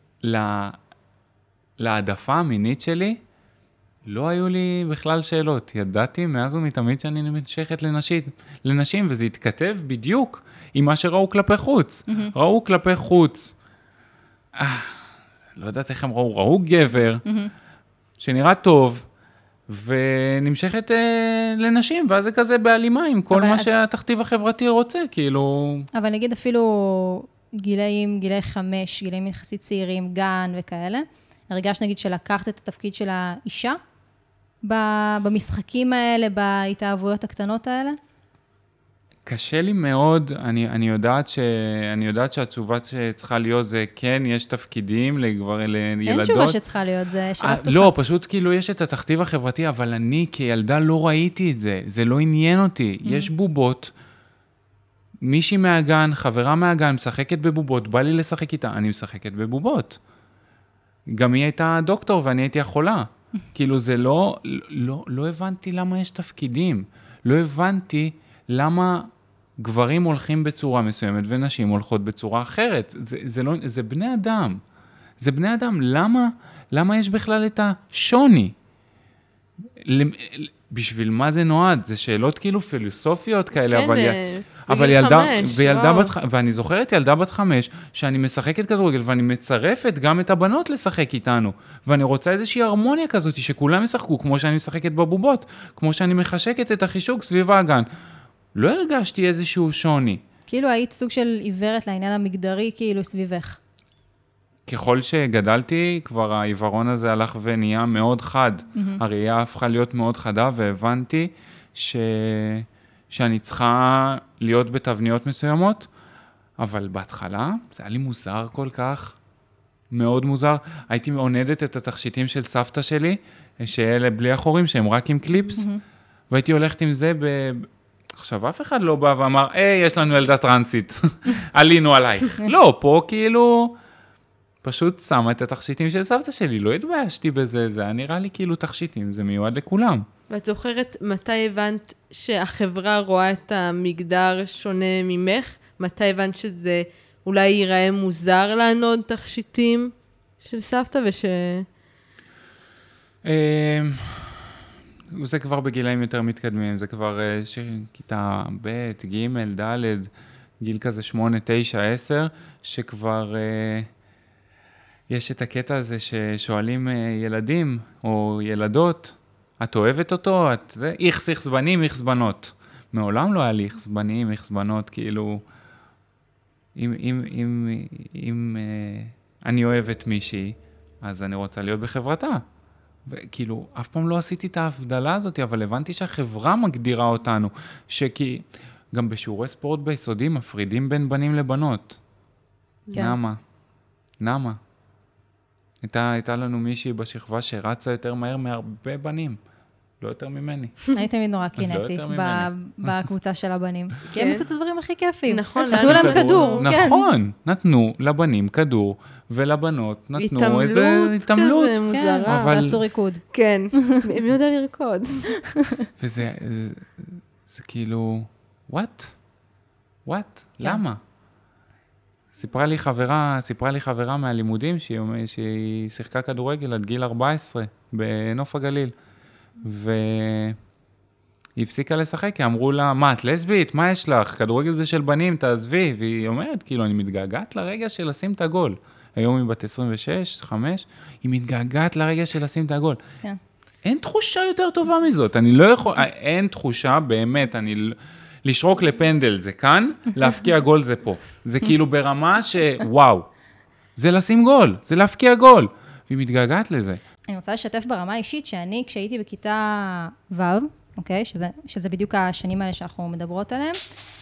להעדפה המינית שלי, לא היו לי בכלל שאלות. ידעתי מאז ומתמיד שאני נמשכת לנשים, וזה התכתב בדיוק עם מה שראו כלפי חוץ. ראו כלפי חוץ, לא יודעת איך הם ראו גבר, שנראה טוב, ונמשכת לנשים, ואז זה כזה בהלימה עם כל מה שהתכתיב החברתי רוצה, כאילו... אבל נגיד אפילו גילי 5, גילאים יחסית צעירים, גן וכאלה, הרגש נגיד שלקחת את התפקיד של האישה, במשחקים האלה, בהתאהבויות הקטנות האלה? קשה לי מאוד, אני יודעת שהתשובה שצריכה להיות זה, כן, יש תפקידים לילדות. אין תשובה שצריכה להיות, זה שאלה פתוחה. לא, פשוט כאילו יש את התכתיב החברתי, אבל אני כילדה לא ראיתי את זה, זה לא עניין אותי. יש בובות, מישהי מהגן, חברה מהגן, משחקת בבובות, בא לי לשחק איתה, אני משחקת בבובות. גם היא הייתה דוקטור ואני הייתי החולה. כאילו זה לא הבנתי למה יש תפקידים. לא הבנתי למה גברים הולכים בצורה מסוימת ונשים הולכות בצורה אחרת. זה בני אדם. זה בני אדם. למה יש בכלל את השוני? בשביל מה זה נועד? זה שאלות כאילו פילוסופיות כאלה, אבל ילדה בת 5, ואני זוכרת ילדה בת 5, שאני משחקת כדורגל, ואני מצרפת גם את הבנות לשחק איתנו, ואני רוצה איזושהי הרמוניה כזאת, שכולם ישחקו, כמו שאני משחקת בבובות, כמו שאני מחשקת את החישוק סביב האגן. לא הרגשתי איזשהו שוני. כאילו היית סוג של עיוורת לעניין המגדרי, כאילו סביבך. ככל שגדלתי, כבר העיוורון הזה הלך ונהיה מאוד חד. הראייה הפכה להיות מאוד חדה, והבנתי שאני צריכה להיות בתבניות מסוימות, אבל בהתחלה זה היה לי מוזר כל כך, מאוד מוזר. הייתי מעונדת את התכשיטים של סבתא שלי, שאלה בלי החורים, שהם רק עם קליפס, והייתי הולכת עם זה עכשיו, אף אחד לא בא ואמר, יש לנו ילדה טרנסית, עלינו עלייך. לא, פה כאילו... פשוט שמה את התכשיטים של סבתא שלי, לא התביישתי בזה, זה היה נראה לי כאילו תכשיטים, זה מיועד לכולם. ואת זוכרת מתי הבנת שהחברה רואה את המגדר שונה ממך? מתי הבנת שזה אולי ייראה מוזר לענוד תכשיטים של סבתא זה כבר בגילאים יותר מתקדמים, זה כבר כיתה ב', ג', ד', גיל כזה 8, 9, 10, שכבר יש את הקטע הזה ששואלים ילדים או ילדות, את אוהבת אותו? את זה? איכס בנים, איכס בנות. מעולם לא היה לי איכס בנים, איכס בנות, כאילו, אם אני אוהבת מישהי, אז אני רוצה להיות בחברתה. וכאילו, אף פעם לא עשיתי את ההבדלה הזאת, אבל הבנתי שהחברה מגדירה אותנו, שכי גם בשיעורי ספורט ביסודי מפרידים בין בנים לבנות. כן. למה? הייתה לנו מישהי בשכבה שרצה יותר מהר מהרבה בנים. לא יותר ממני. אני תמיד נורא קינאתי בקבוצה של הבנים. כי הם עשו את הדברים הכי כיפים. נכון. נתנו להם כדור. נכון, נתנו לבנים כדור, ולבנות נתנו איזה התעמלות. כזה מוזרה. ועשו ריקוד. כן, מי יודע לרקוד? וזה כאילו, what? למה? סיפרה לי חברה מהלימודים שהיא שיחקה כדורגל עד גיל 14 בנוף הגליל. והיא הפסיקה לשחק, כי אמרו לה, מה, את לסבית? מה יש לך? כדורגל זה של בנים, תעזבי. והיא אומרת, כאילו, אני מתגעגעת לרגע של לשים את הגול. היום היא בת 26, 5, היא מתגעגעת לרגע של לשים את הגול. כן. אין תחושה יותר טובה מזאת. אני לא יכול, אין תחושה, באמת, לשרוק לפנדל זה כאן, להפקיע גול זה פה. זה כאילו ברמה שוואו, זה לשים גול, זה להפקיע גול. והיא מתגעגעת לזה. אני רוצה לשתף ברמה האישית שאני, כשהייתי בכיתה ו', אוקיי, שזה בדיוק השנים האלה שאנחנו מדברות עליהם,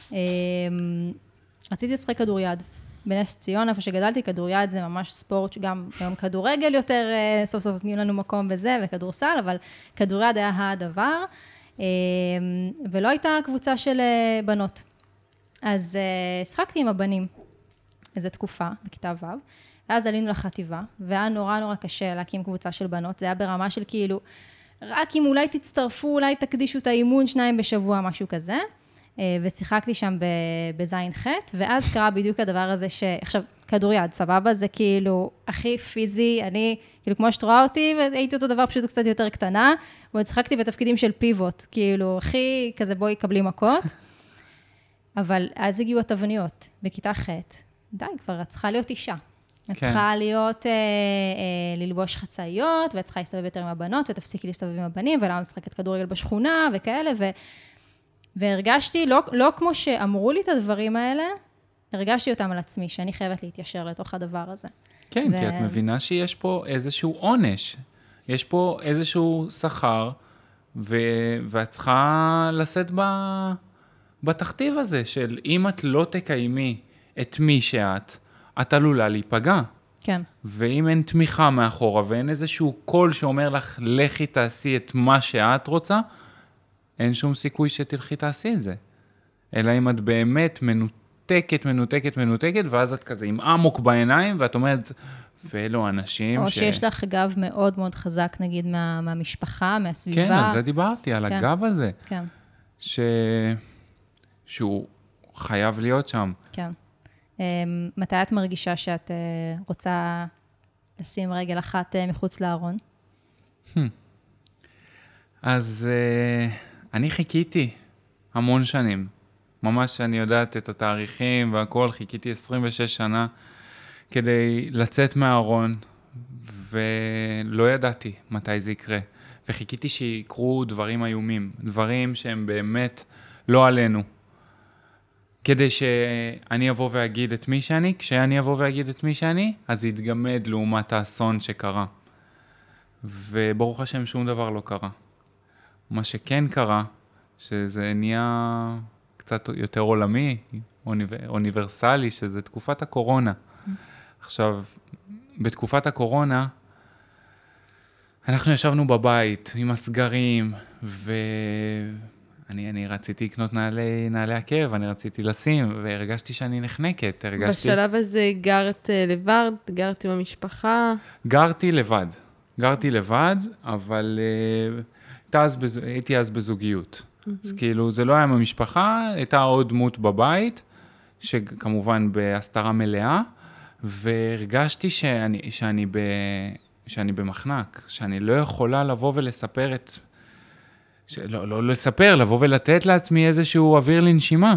רציתי לשחק כדוריד. בנס ציון, איפה שגדלתי, כדוריד זה ממש ספורט, גם היום כדורגל יותר, סוף סוף נותנים לנו מקום בזה, וכדורסל, אבל כדוריד היה הדבר, ולא הייתה קבוצה של בנות. אז שחקתי עם הבנים איזו תקופה, בכיתה ו', ואז עלינו לחטיבה, והיה נורא קשה להקים קבוצה של בנות, זה היה ברמה של כאילו, רק אם אולי תצטרפו, אולי תקדישו את האימון 2 בשבוע, משהו כזה, ושיחקתי שם בזין ח', ואז קרה בדיוק הדבר הזה עכשיו, כדוריד, סבבה, זה כאילו הכי פיזי, אני, כאילו כמו שאת רואה אותי, והייתי אותו דבר פשוט קצת יותר קטנה, ועוד שיחקתי בתפקידים של פיבוט, כאילו, הכי כזה בואי קבלי מכות, אבל אז הגיעו התבניות, בכיתה ח', די, כבר צריכה להיות אישה. את צריכה להיות, ללבוש חצאיות, ואת צריכה להסתובב יותר עם הבנות, ותפסיקי להסתובב עם הבנים, ולמה משחקת כדורגל בשכונה, וכאלה, והרגשתי, לא כמו שאמרו לי את הדברים האלה, הרגשתי אותם על עצמי, שאני חייבת להתיישר לתוך הדבר הזה. כן, כי את מבינה שיש פה איזשהו עונש, יש פה איזשהו שכר, ואת צריכה לשאת בתכתיב הזה, של אם את לא תקיימי את מי את עלולה להיפגע. כן. ואם אין תמיכה מאחורה, ואין איזשהו קול שאומר לך, לכי תעשי את מה שאת רוצה, אין שום סיכוי שתלכי תעשי את זה. אלא אם את באמת מנותקת, ואז את כזה עם עמוק בעיניים, ואת אומרת, ואלו אנשים או שיש לך גב מאוד מאוד חזק, נגיד, מהמשפחה, מהסביבה. כן, על זה דיברתי, על הגב הזה. כן. שהוא חייב להיות שם. כן. מתי את מרגישה שאת רוצה לשים רגל אחת מחוץ לארון? אז אני חיכיתי המון שנים. ממש אני יודעת את התאריכים והכל, חיכיתי 26 שנה כדי לצאת מהארון, ולא ידעתי מתי זה יקרה. וחיכיתי שיקרו דברים איומים, דברים שהם באמת לא עלינו. כדי שאני אבוא ואגיד את מי שאני, כשאני אבוא ואגיד את מי שאני, אז זה יתגמד לעומת האסון שקרה. וברוך השם שום דבר לא קרה. מה שכן קרה, שזה נהיה קצת יותר עולמי, אוניברסלי, שזה תקופת הקורונה. עכשיו, בתקופת הקורונה, אנחנו ישבנו בבית עם הסגרים, אני רציתי לקנות נעלי עקב, אני רציתי לשים, והרגשתי שאני נחנקת. בשלב הזה גרת לבד, גרת עם המשפחה? גרתי לבד, אבל הייתי אז בזוגיות. אז כאילו, זה לא היה מהמשפחה, הייתה עוד דמות בבית, שכמובן בהסתרה מלאה, והרגשתי שאני במחנק, שאני לא יכולה לבוא ולספר לא לספר, לבוא ולתת לעצמי איזשהו אוויר לנשימה.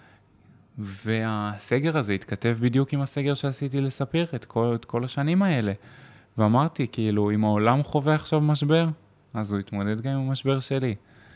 והסגר הזה התכתב בדיוק עם הסגר שעשיתי לספיר את כל השנים האלה. ואמרתי, כאילו, אם העולם חווה עכשיו משבר, אז הוא יתמודד גם עם המשבר שלי.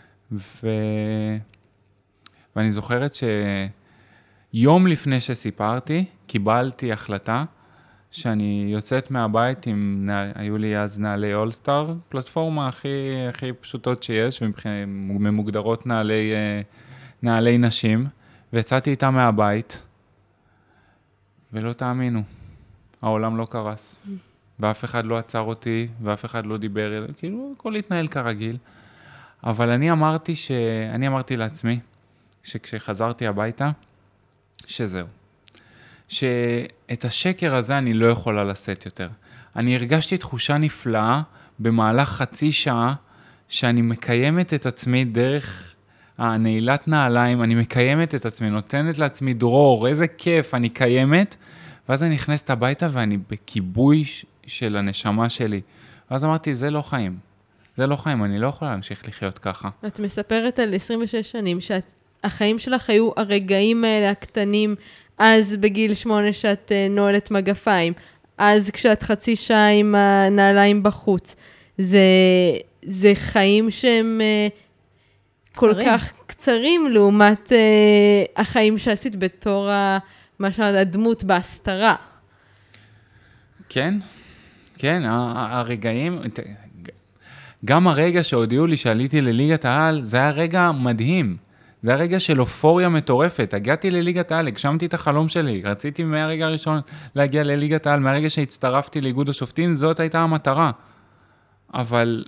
ואני זוכרת שיום לפני שסיפרתי, קיבלתי החלטה שאני יוצאת מהבית היו לי אז נעלי אולסטאר, פלטפורמה הכי פשוטות שיש, וממוגדרות נעלי נשים, ויצאתי איתה מהבית, ולא תאמינו, העולם לא קרס, ואף אחד לא עצר אותי, ואף אחד לא דיבר, כאילו, הכל התנהל כרגיל, אבל אני אמרתי לעצמי, שכשחזרתי הביתה, שזהו. שאת השקר הזה אני לא יכולה לשאת יותר. אני הרגשתי תחושה נפלאה במהלך חצי שעה, שאני מקיימת את עצמי דרך הנעילת נעליים, אני מקיימת את עצמי, נותנת לעצמי דרור, איזה כיף, אני קיימת, ואז אני נכנסת הביתה ואני בכיבוי של הנשמה שלי. ואז אמרתי, זה לא חיים. זה לא חיים, אני לא יכולה להמשיך לחיות ככה. את מספרת על 26 שנים שהחיים שלך היו הרגעים האלה הקטנים, אז בגיל 8 שאת נועלת מגפיים, אז כשאת חצי שעה עם הנעליים בחוץ. זה חיים שהם כל כך קצרים לעומת החיים שעשית בתור הדמות בהסתרה. כן, כן, הרגעים, גם הרגע שהודיעו לי שעליתי לליגת העל, זה היה רגע מדהים. זה הרגע של אופוריה מטורפת. הגעתי לליגת העל, הגשמתי את החלום שלי. רציתי מהרגע הראשון להגיע לליגת העל, מהרגע שהצטרפתי לאיגוד השופטים, זאת הייתה המטרה. אבל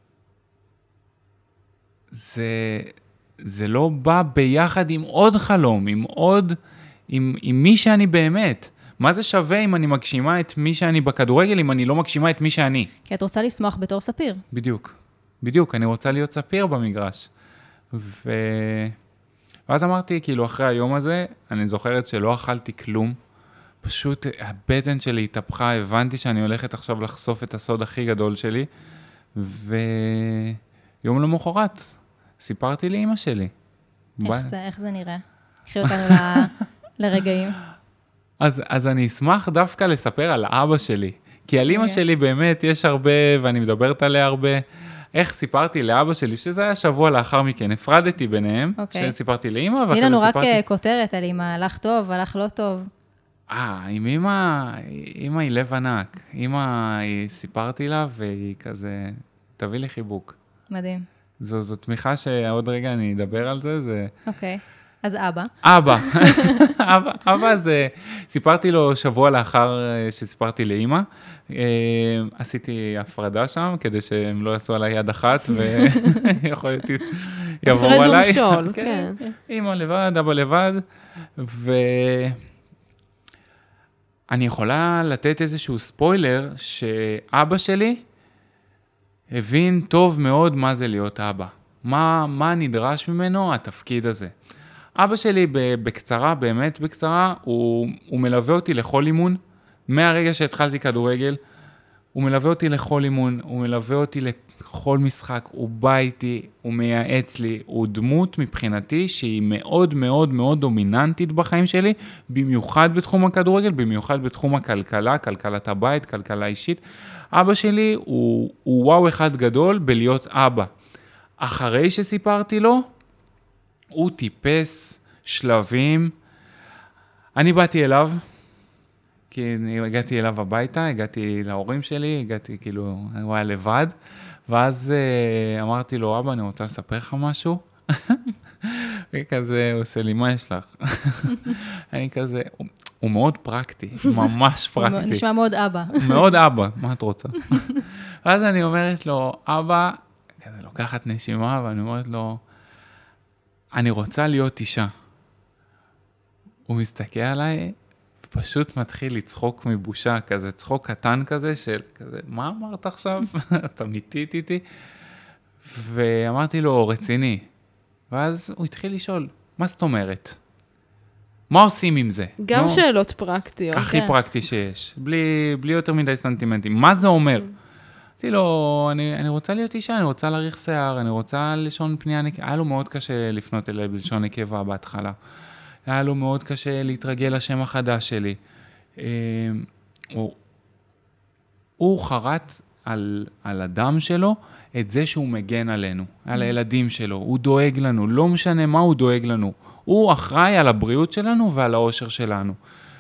זה לא בא ביחד עם עוד חלום, עם מי שאני באמת. מה זה שווה אם אני מגשימה את מי שאני בכדורגל, אם אני לא מגשימה את מי שאני? כי את רוצה לשמוח בתור ספיר. בדיוק, אני רוצה להיות ספיר במגרש. ואז אמרתי, כאילו, אחרי היום הזה, אני זוכרת שלא אכלתי כלום, פשוט הבטן שלי התהפכה, הבנתי שאני הולכת עכשיו לחשוף את הסוד הכי גדול שלי, ויום למחרת סיפרתי לאמא שלי. איך זה נראה? קחי אותנו לרגעים. אז אני אשמח דווקא לספר על אבא שלי, כי על אמא שלי באמת יש הרבה, ואני מדברת עליה הרבה, איך סיפרתי לאבא שלי, שזה היה שבוע לאחר מכן, הפרדתי ביניהם, שסיפרתי לאמא, ואחרי זה סיפרתי... תני לנו רק כותרת על אמא, הלך טוב, הלך לא טוב. עם אמא היא לב ענק. אמא, סיפרתי לה, והיא כזה, תביא לי חיבוק. מדהים. זו תמיכה שעוד רגע אני אדבר על זה, זה... אוקיי. אז אבא. אבא זה, סיפרתי לו שבוע לאחר שסיפרתי לאמא, עשיתי הפרדה שם, כדי שהם לא יעשו עליי יד אחת, ויכול להיות יעברו עליי. הפרד ומשול, כן. אמא לבד, אבא לבד, אני יכולה לתת איזשהו ספוילר, שאבא שלי הבין טוב מאוד מה זה להיות אבא. מה נדרש ממנו התפקיד הזה. אבא שלי בקצרה, באמת בקצרה, הוא מלווה אותי לכל אימון, מהרגע שהתחלתי כדורגל, הוא מלווה אותי לכל אימון, הוא מלווה אותי לכל משחק, הוא בא איתי, הוא מייעץ לי, הוא דמות מבחינתי שהיא מאוד מאוד מאוד דומיננטית בחיים שלי, במיוחד בתחום הכדורגל, במיוחד בתחום הכלכלה, כלכלת הבית, כלכלה אישית. אבא שלי הוא וואו אחד גדול בלהיות אבא. אחרי שסיפרתי לו, הוא טיפס שלבים. אני באתי אליו, כי הגעתי אליו הביתה, הגעתי להורים שלי, כאילו, הוא היה לבד, ואז אמרתי לו, אבא, אני רוצה לספר לך משהו. וכזה, הוא עושה לי, מה יש לך? אני כזה, הוא מאוד פרקטי, ממש פרקטי. נשמע מאוד אבא. מאוד אבא, מה את רוצה? ואז אני אומרת לו, אבא, כזה לוקחת נשימה, ואני אומרת לו, אני רוצה להיות אישה. הוא מסתכל עליי, פשוט מתחיל לצחוק מבושה, כזה צחוק קטן כזה, של כזה, מה אמרת עכשיו? אתה מיתית איתי? ואמרתי לו, רציני. ואז הוא התחיל לשאול, מה זאת אומרת? מה עושים עם זה? גם שאלות פרקטיות. הכי פרקטי שיש, בלי יותר מדי סנטימנטים. מה זה אומר? אמרתי לו, אני רוצה להיות אישה, אני רוצה להריח שיער, אני רוצה לשון פנייה נקבה. היה לו מאוד קשה לפנות אליי בלשון נקבה בהתחלה. היה לו מאוד קשה להתרגל לשם החדש שלי. הוא חרט על הדם שלו את זה שהוא מגן עלינו, על הילדים שלו. הוא דואג לנו, לא משנה מה הוא דואג לנו. הוא אחראי על הבריאות שלנו ועל האושר שלנו.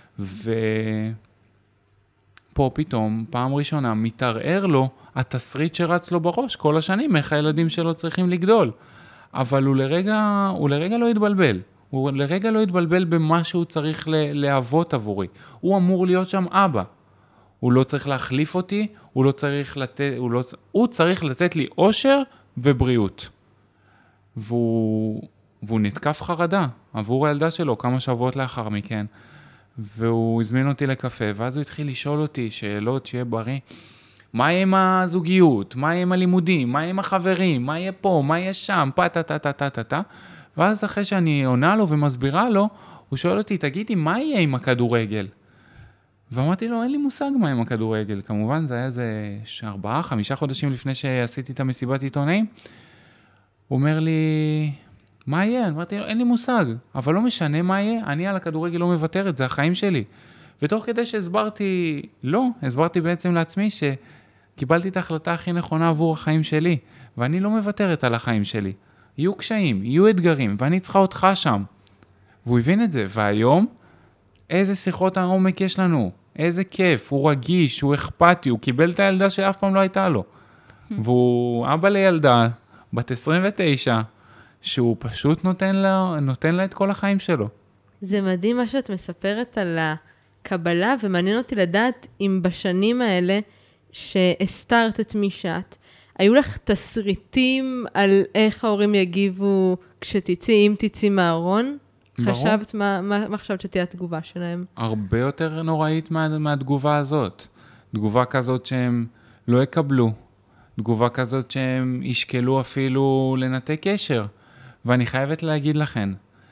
פה פתאום, פעם ראשונה, מתערער לו התסריט שרץ לו בראש כל השנים, איך הילדים שלו צריכים לגדול. אבל הוא לרגע לא התבלבל. הוא לרגע לא התבלבל במה שהוא צריך להוות עבורי. הוא אמור להיות שם אבא. הוא לא צריך להחליף אותי, הוא צריך לתת לי אושר ובריאות. והוא נתקף חרדה עבור הילדה שלו כמה שבועות לאחר מכן. והוא הזמין אותי לקפה, ואז הוא התחיל לשאול אותי שאלות שיהיה בריא. מה יהיה עם הזוגיות? מה יהיה עם הלימודים? מה יהיה עם החברים? מה יהיה פה? מה יהיה שם? פטטטטטטטט. ואז אחרי שאני עונה לו ומסבירה לו, הוא שואל אותי, תגידי, מה יהיה עם הכדורגל? ואמרתי לו, אין לי מושג מה עם הכדורגל. כמובן, זה היה איזה 4-5 חודשים לפני שעשיתי את המסיבת עיתונאים. הוא אומר לי, מה יהיה? אמרתי לו, אין לי מושג, אבל לא משנה מה יהיה, אני על הכדורגל לא מוותרת, זה החיים שלי. ותוך כדי שהסברתי, הסברתי בעצם לעצמי שקיבלתי את ההחלטה הכי נכונה עבור החיים שלי, ואני לא מוותרת על החיים שלי. יהיו קשיים, יהיו אתגרים, ואני צריכה אותך שם. והוא הבין את זה, והיום, איזה שיחות העומק יש לנו, איזה כיף, הוא רגיש, הוא אכפתי, הוא קיבל את הילדה שאף פעם לא הייתה לו. והוא אבא לילדה, בת 29, שהוא פשוט נותן לה את כל החיים שלו. זה מדהים מה שאת מספרת על הקבלה, ומעניין אותי לדעת אם בשנים האלה שהסתרת את מי שאת, היו לך תסריטים על איך ההורים יגיבו כשתצאי, אם תצאי מהארון? ברור. חשבת, מה חשבת שתהיה התגובה שלהם? הרבה יותר נוראית מהתגובה הזאת. תגובה כזאת שהם לא יקבלו. תגובה כזאת שהם ישקלו אפילו לנתק קשר. ואני חייבת להגיד לכן,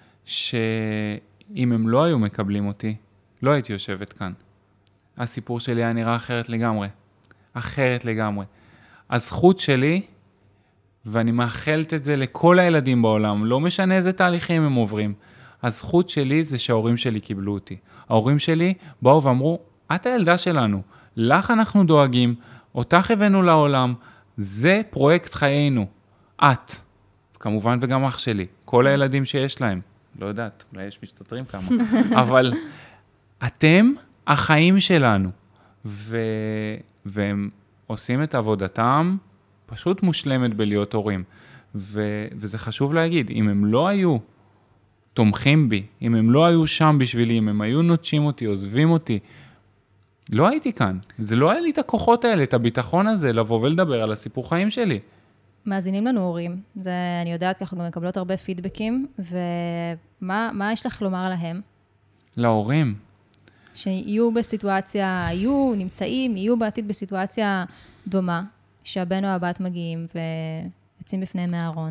שאם הם לא היו מקבלים אותי, לא הייתי יושבת כאן. הסיפור שלי היה נראה אחרת לגמרי. אחרת לגמרי. הזכות שלי, ואני מאחלת את זה לכל הילדים בעולם, לא משנה איזה תהליכים הם עוברים, הזכות שלי זה שההורים שלי קיבלו אותי. ההורים שלי באו ואמרו, את הילדה שלנו, לך אנחנו דואגים, אותך הבאנו לעולם, זה פרויקט חיינו, את. כמובן וגם אח שלי, כל הילדים שיש להם, לא יודעת, אולי יש מסתתרים כמה, אבל אתם החיים שלנו, והם עושים את עבודתם פשוט מושלמת בלהיות הורים, וזה חשוב להגיד, אם הם לא היו תומכים בי, אם הם לא היו שם בשבילי, אם הם היו נוטשים אותי, עוזבים אותי, לא הייתי כאן, זה לא היה לי את הכוחות האלה, את הביטחון הזה, לבוא ולדבר על הסיפור חיים שלי. מאזינים לנו הורים, זה אני יודעת ככה, גם מקבלות הרבה פידבקים, ומה יש לך לומר להם? להורים. שיהיו בסיטואציה, יהיו בעתיד בסיטואציה דומה, שהבן או הבת מגיעים ויוצאים בפניהם מהארון.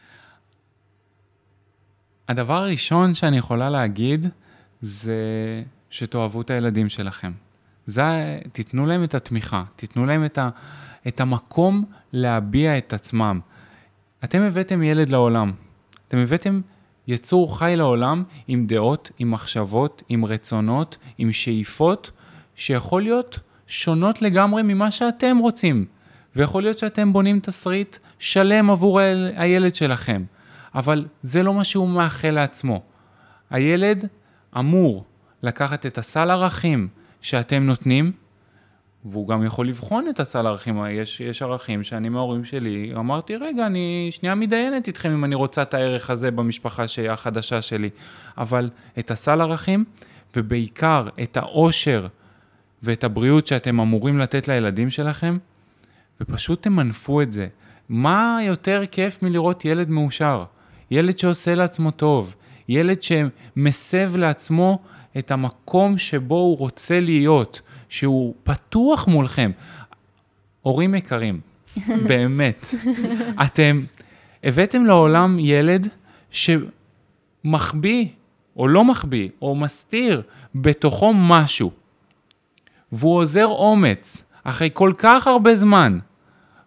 הדבר הראשון שאני יכולה להגיד, זה שתאהבו את הילדים שלכם. תיתנו להם את התמיכה, תיתנו להם את המקום להביע את עצמם. אתם הבאתם ילד לעולם, אתם הבאתם יצור חי לעולם עם דעות, עם מחשבות, עם רצונות, עם שאיפות, שיכול להיות שונות לגמרי ממה שאתם רוצים. ויכול להיות שאתם בונים תסריט שלם עבור הילד שלכם. אבל זה לא מה שהוא מאחל לעצמו. הילד אמור לקחת את הסל ערכים שאתם נותנים, והוא גם יכול לבחון את הסל ערכים. יש ערכים שאני מההורים שלי, אמרתי, רגע, אני שנייה מדיינת איתכם אם אני רוצה את הערך הזה במשפחה החדשה שלי. אבל את הסל ערכים, ובעיקר את האושר ואת הבריאות שאתם אמורים לתת לילדים שלכם, ופשוט תמנפו את זה. מה יותר כיף מלראות ילד מאושר? ילד שעושה לעצמו טוב, ילד שמסב לעצמו את המקום שבו הוא רוצה להיות, שהוא פתוח מולכם. הורים יקרים, באמת. אתם הבאתם לעולם ילד שמחביא, או לא מחביא, או מסתיר בתוכו משהו. והוא עוזר אומץ, אחרי כל כך הרבה זמן,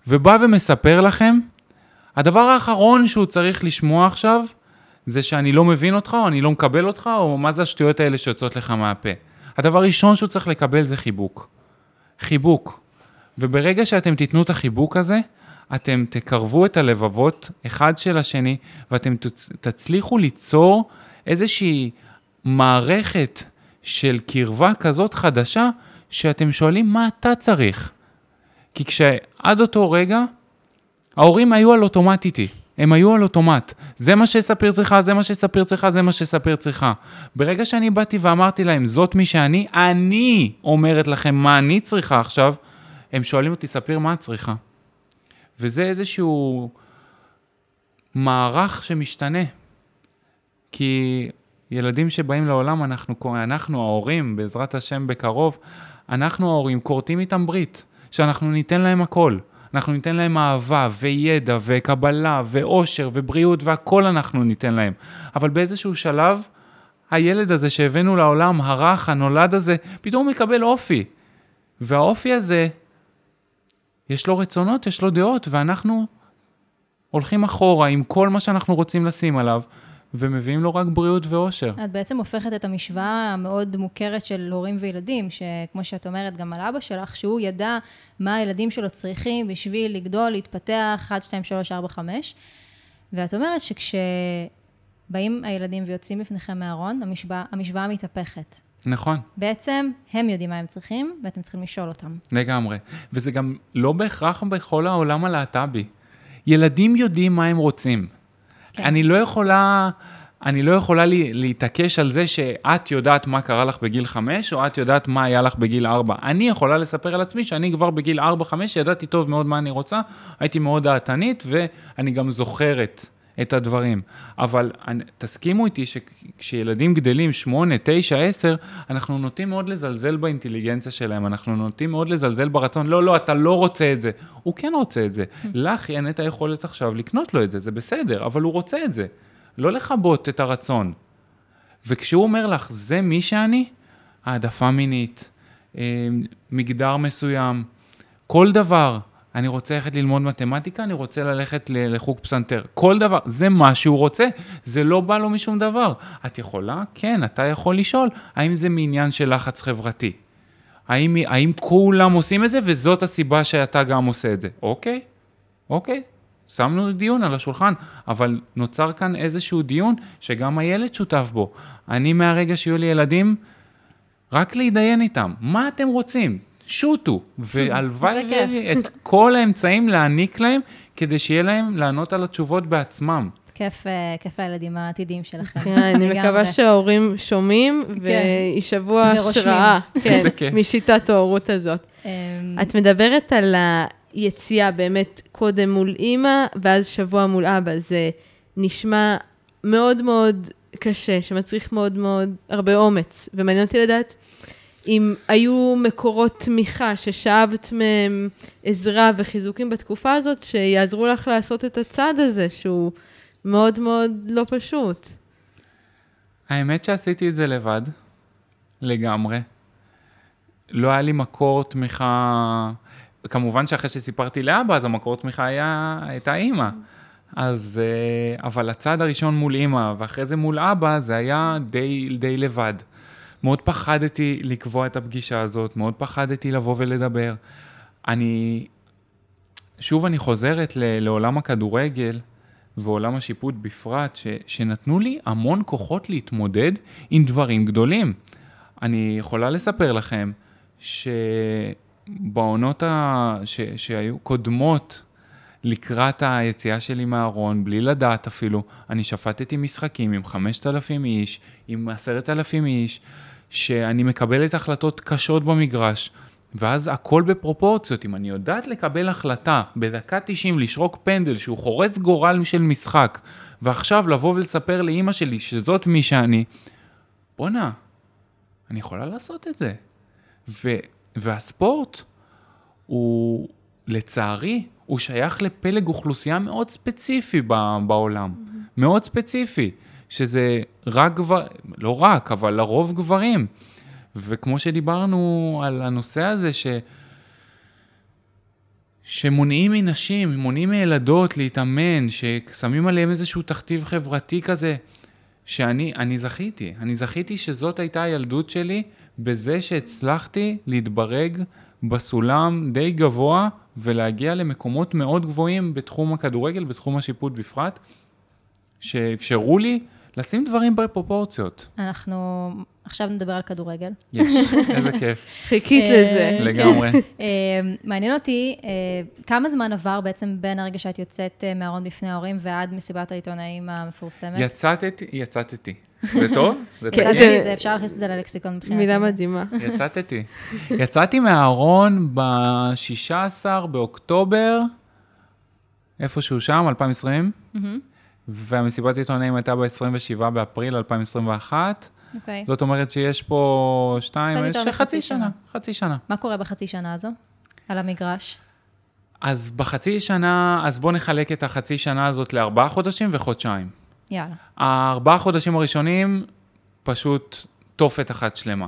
ובא ומספר לכם, הדבר האחרון שהוא צריך לשמוע עכשיו, זה שאני לא מבין אותך, או אני לא מקבל אותך, או מה זה השטויות האלה שיוצאות לך מהפה. הדבר הראשון שהוא צריך לקבל זה חיבוק. חיבוק. וברגע שאתם תיתנו את החיבוק הזה, אתם תקרבו את הלבבות אחד של השני, ואתם תצליחו ליצור איזושהי מערכת של קרבה כזאת חדשה, שאתם שואלים מה אתה צריך. כי כשעד אותו רגע, ההורים היו על אוטומט איתי. הם היו על אוטומט. זה מה שספיר צריכה, זה מה שספיר צריכה, זה מה שספיר צריכה. ברגע שאני באתי ואמרתי להם, זאת מי שאני, אני אומרת לכם מה אני צריכה עכשיו, הם שואלים אותי, ספיר, מה את צריכה? וזה איזשהו מערך שמשתנה. כי ילדים שבאים לעולם, אנחנו ההורים, בעזרת השם בקרוב, אנחנו ההורים קוראים איתם ברית, שאנחנו ניתן להם הכל. אנחנו ניתן להם אהבה וידע וקבלה ואושר ובריאות והכל אנחנו ניתן להם. אבל באיזשהו שלב, הילד הזה שהבאנו לעולם, הרך, הנולד הזה, פתאום מקבל אופי. והאופי הזה, יש לו רצונות, יש לו דעות, ואנחנו הולכים אחורה עם כל מה שאנחנו רוצים לשים עליו, ומביאים לו רק בריאות ואושר. את בעצם הופכת את המשוואה המאוד מוכרת של הורים וילדים, שכמו שאת אומרת גם על אבא שלך, שהוא ידע מה הילדים שלו צריכים בשביל לגדול, להתפתח, 1, 2, 3, 4, 5. ואת אומרת שכשבאים הילדים ויוצאים בפניכם מהארון, המשוואה מתהפכת. נכון. בעצם הם יודעים מה הם צריכים, ואתם צריכים לשאול אותם. לגמרי. וזה גם לא בהכרח בכל העולם הלהט"בי. ילדים יודעים מה הם רוצים. כן. אני לא יכולה להתעקש על זה שאת יודעת מה קרה לך בגיל 5, או את יודעת מה היה לך בגיל 4. אני יכולה לספר על עצמי שאני כבר בגיל 4-5, ידעתי טוב מאוד מה אני רוצה, הייתי מאוד דעתנית, ואני גם זוכרת את הדברים. אבל תסכימו איתי שכשילדים גדלים 8, 9, 10, אנחנו נוטים מאוד לזלזל באינטליגנציה שלהם, אנחנו נוטים מאוד לזלזל ברצון, לא, אתה לא רוצה את זה. הוא כן רוצה את זה. לך אין את היכולת עכשיו לקנות לו את זה, זה בסדר, אבל הוא רוצה את זה. לא לחבות את הרצון. וכשהוא אומר לך, זה מי שאני, העדפה מינית, מגדר מסוים, כל דבר, אני רוצה ללכת ללמוד מתמטיקה, אני רוצה ללכת לחוג פסנתר. כל דבר, זה מה שהוא רוצה. זה לא בא לו משום דבר. את יכולה? כן, אתה יכול לשאול. האם זה מעניין של לחץ חברתי? האם כולם עושים את זה, וזאת הסיבה שאתה גם עושה את זה? אוקיי. שמנו דיון על השולחן, אבל נוצר כאן איזשהו דיון שגם הילד שותף בו. אני מהרגע שיהיו לי ילדים, רק להידיין איתם. מה אתם רוצים? שוטו, והלוואי את כל האמצעים להעניק להם, כדי שיהיה להם לענות על התשובות בעצמם. כיף לילדים העתידיים שלכם. אני מקווה שההורים שומעים, וישבו השראה משיטת ההורות הזאת. את מדברת על היציאה באמת קודם מול אמא, ואז שבוע מול אבא. זה נשמע מאוד מאוד קשה, שמצריך מאוד מאוד הרבה אומץ, ומעניין אותי לדעת, אם היו מקורות תמיכה ששאבת מהם עזרה וחיזוקים בתקופה הזאת, שיעזרו לך לעשות את הצעד הזה, שהוא מאוד מאוד לא פשוט. האמת שעשיתי את זה לבד, לגמרי. לא היה לי מקור תמיכה, כמובן שאחרי שסיפרתי לאבא, אז המקור תמיכה הייתה אימא. אז, אבל הצעד הראשון מול אימא, ואחרי זה מול אבא, זה היה די לבד. מאוד פחדתי לקבוע את הפגישה הזאת, מאוד פחדתי לבוא ולדבר. שוב אני חוזרת לעולם הכדורגל, ועולם השיפוט בפרט, שנתנו לי המון כוחות להתמודד עם דברים גדולים. אני יכולה לספר לכם, שבעונות שהיו קודמות, לקראת היציאה שלי מהארון, בלי לדעת אפילו, אני שפטתי משחקים עם 5,000 איש, עם 10,000 איש, שאני מקבלת החלטות קשות במגרש, ואז הכל בפרופורציות. אם אני יודעת לקבל החלטה בדקה 90, לשרוק פנדל שהוא חורץ גורל של משחק, ועכשיו לבוא ולספר לאמא שלי שזאת מי שאני, בונה, אני יכולה לעשות את זה. והספורט הוא, לצערי, הוא שייך לפלג אוכלוסייה מאוד ספציפי בעולם. מאוד ספציפי. שזה רק לא רק, אבל לרוב גברים. וכמו שדיברנו על הנושא הזה, שמונעים מנשים, מונעים מילדות להתאמן, ששמים עליהם איזשהו תכתיב חברתי כזה, שאני זכיתי שזאת הייתה הילדות שלי, בזה שהצלחתי להתברג בסולם די גבוה, ולהגיע למקומות מאוד גבוהים בתחום הכדורגל, בתחום השיפוט בפרט, שאפשרו לי לשים דברים בפרופורציות. אנחנו עכשיו נדבר על כדורגל. יש, איזה כיף. חיכית לזה. לגמרי. מעניין אותי, כמה זמן עבר בעצם בין הרגע שאת יוצאת מהארון בפני ההורים ועד מסיבת העיתונאים המפורסמת? יצאתי. זה טוב? זה אפשר להכניס את זה ללקסיקון מבחינתי. מילה מדהימה. יצאתי מהארון ב-16 באוקטובר, איפשהו שם, 2020, והמסיבת עיתונאים הייתה ב-27 באפריל 2021. זאת אומרת שיש פה חצי שנה. מה קורה בחצי שנה הזו? על המגרש? אז בחצי שנה, אז בוא נחלק את החצי שנה הזאת ל4 חודשים וחודשיים. יאללה. 4 חודשים הראשונים, פשוט תופת אחת שלמה.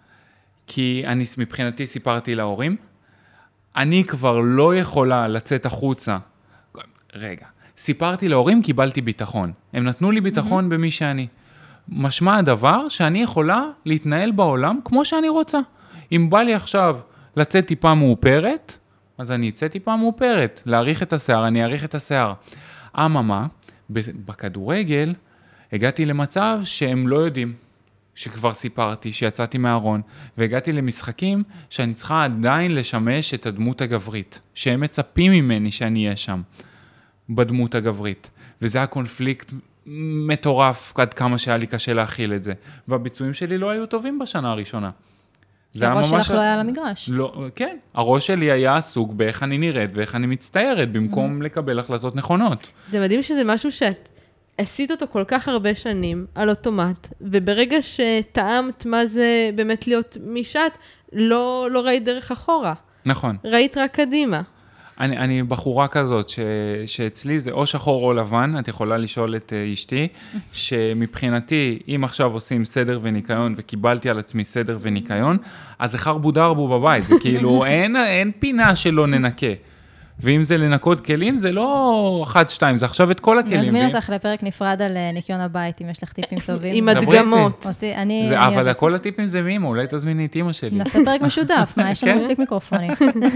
כי אני מבחינתי סיפרתי להורים, אני כבר לא יכולה לצאת החוצה. רגע, סיפרתי להורים, קיבלתי ביטחון. הם נתנו לי ביטחון במי שאני. משמע הדבר שאני יכולה להתנהל בעולם כמו שאני רוצה. אם בא לי עכשיו לצאת טיפה מאופרת, אז אני אצא טיפה מאופרת. להאריך את השיער, אני אאריך את השיער. אממה, בכדורגל הגעתי למצב שהם לא יודעים שכבר סיפרתי, שיצאתי מהארון, והגעתי למשחקים שאני צריכה עדיין לשמש את הדמות הגברית, שהם מצפים ממני שאני אהיה שם, בדמות הגברית. וזה הקונפליקט מטורף, עד כמה שהיה לי קשה להכיל את זה. והביצועים שלי לא היו טובים בשנה הראשונה. הראש שלך לא היה על המגרש. לא, כן, הראש שלי היה עסוק באיך אני נראית ואיך אני מצטיירת, במקום לקבל החלטות נכונות. זה מדהים שזה משהו שאת עשית אותו כל כך הרבה שנים, על אוטומט, וברגע שטעמת מה זה באמת להיות משעת, לא ראית דרך אחורה. נכון. ראית רק קדימה. אני בחורה כזאת, שאצלי זה או שחור או לבן, את יכולה לשאול את אשתי, שמבחינתי, אם עכשיו עושים סדר וניקיון, וקיבלתי על עצמי סדר וניקיון, אז זה חרבו דרבו בבית, זה כאילו, אין פינה שלא ננקה. ואם זה לנקות כלים, זה לא 1-2, זה עכשיו את כל הכלים. אני אזמין אותך לפרק נפרד על ניקיון הבית, אם יש לך טיפים טובים. עם הדגמות. אבל כל הטיפים זה מאמא, אולי תזמיני את אמא שלי. נעשה פרק משותף, מה, יש לנו מספיק מיקרופונים.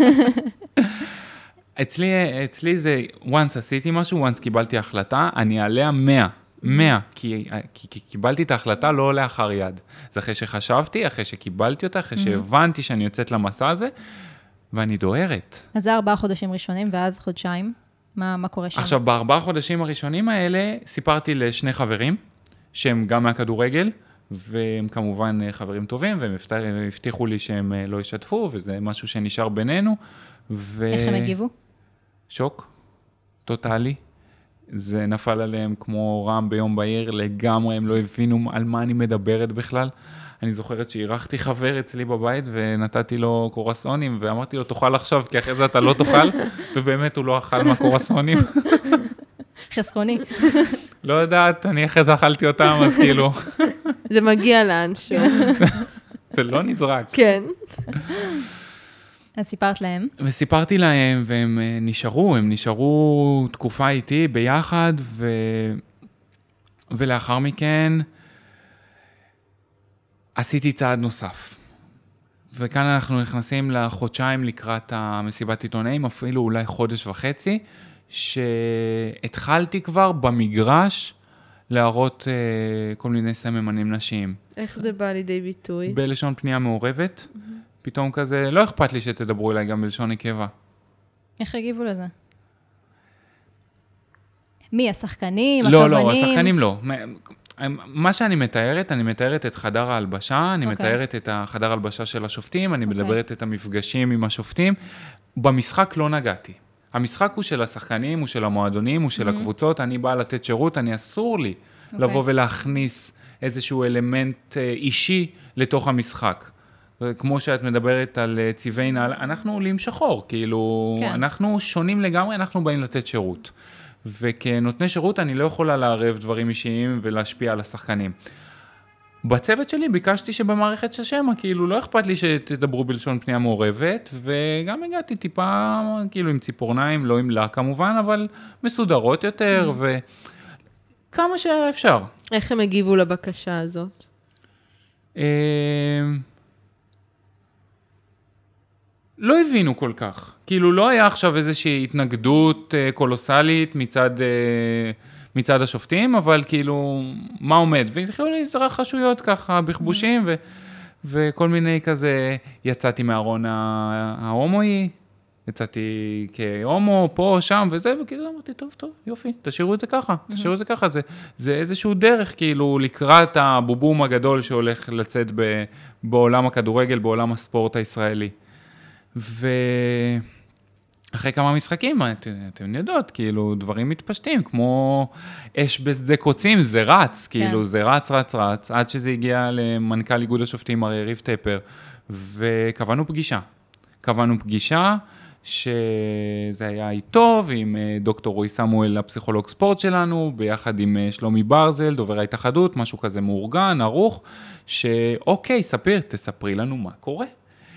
אצלי זה, once עשיתי משהו, once קיבלתי החלטה, אני אעלה 100, כי קיבלתי את ההחלטה לא לאחר יד. זה אחרי שחשבתי, אחרי שקיבלתי אותה, אחרי שהבנתי שאני יוצאת למסע הזה, ואני דוהרת. אז זה 4 חודשים ראשונים, ואז חודשיים. מה קורה שם? עכשיו, ב4 חודשים הראשונים האלה, סיפרתי לשני חברים, שהם גם מהכדורגל, והם כמובן חברים טובים, והם הבטיחו לי שהם לא ישתפו, וזה משהו שנשאר בינינו. איך הם הגיבו? שוק, טוטלי. זה נפל עליהם כמו רם ביום בהיר, לגמרי, הם לא הבינו על מה אני מדברת בכלל. אני זוכרת שהירחתי חבר אצלי בבית, ונתתי לו קורסונים, ואמרתי לו, תאכל עכשיו, כי אחרי זה אתה לא תאכל, ובאמת הוא לא אכל מהקורסונים. חסכוני. לא יודעת, אני אחרי זה אכלתי אותם, אז כאילו... זה מגיע לאנשהו. זה לא נזרק. כן. אז סיפרת להם? וסיפרתי להם, והם נשארו תקופה איתי ביחד, ולאחר מכן עשיתי צעד נוסף. וכאן אנחנו נכנסים לחודשיים לקראת המסיבת עיתונאים, אפילו אולי חודש וחצי, שהתחלתי כבר במגרש להראות כל מיני סממנים נשיים. איך זה בא לידי ביטוי? בלשון פנייה מעורבת. פתאום כזה, לא אכפת לי שתדברו אליי גם בלשון נקבה. איך הגיבו לזה? מי, השחקנים, הכוונים? לא, השחקנים לא. מה שאני מתארת, אני מתארת את חדר ההלבשה, אני מתארת את החדר ההלבשה של השופטים, אני מדברת את המפגשים עם השופטים. במשחק לא נגעתי. המשחק הוא של השחקנים, הוא של המועדונים, הוא של הקבוצות, אני באה לתת שירות, אני אסור לי לבוא ולהכניס איזשהו אלמנט אישי לתוך המשחק. כמו שאת מדברת על צבעי נעל, אנחנו עולים שחור, כאילו, אנחנו שונים לגמרי, אנחנו באים לתת שירות. וכנותני שירות אני לא יכולה לערב דברים אישיים ולהשפיע על השחקנים. בצוות שלי ביקשתי שבמערכת של שמה, כאילו לא אכפת לי שתדברו בלשון פנייה מעורבת, וגם הגעתי טיפה, כאילו עם ציפורניים, לא עם לה כמובן, אבל מסודרות יותר, וכמה שאפשר. איך הם הגיבו לבקשה הזאת? לא הבינו כל כך. כאילו לא היה עכשיו איזושהי התנגדות קולוסלית מצד השופטים, אבל כאילו, מה עומד? והתחילו להתרחשויות ככה, בכבושים, וכל מיני כזה, יצאתי מהארון ההומואי, יצאתי כהומו, פה, שם, וזה, וכאילו אמרתי, טוב, יופי, תשאירו את זה ככה, תשאירו את זה ככה, זה איזשהו דרך, כאילו, לקראת הבובום הגדול שהולך לצאת בעולם הכדורגל, בעולם הספורט הישראלי. אחרי כמה משחקים, אתם יודעות, כאילו, דברים מתפשטים, כמו אש בשדה קוצים, זה רץ, כאילו, זה רץ, עד שזה הגיע למנכ"ל איגוד השופטים, הרי ריב טפר, וקבענו פגישה, שזה היה איתו, ועם דוקטור רועי סמואל, הפסיכולוג ספורט שלנו, ביחד עם שלומי ברזל, דובר ההתאחדות, משהו כזה מאורגן, ערוך, שאוקיי, תספרי לנו מה קורה.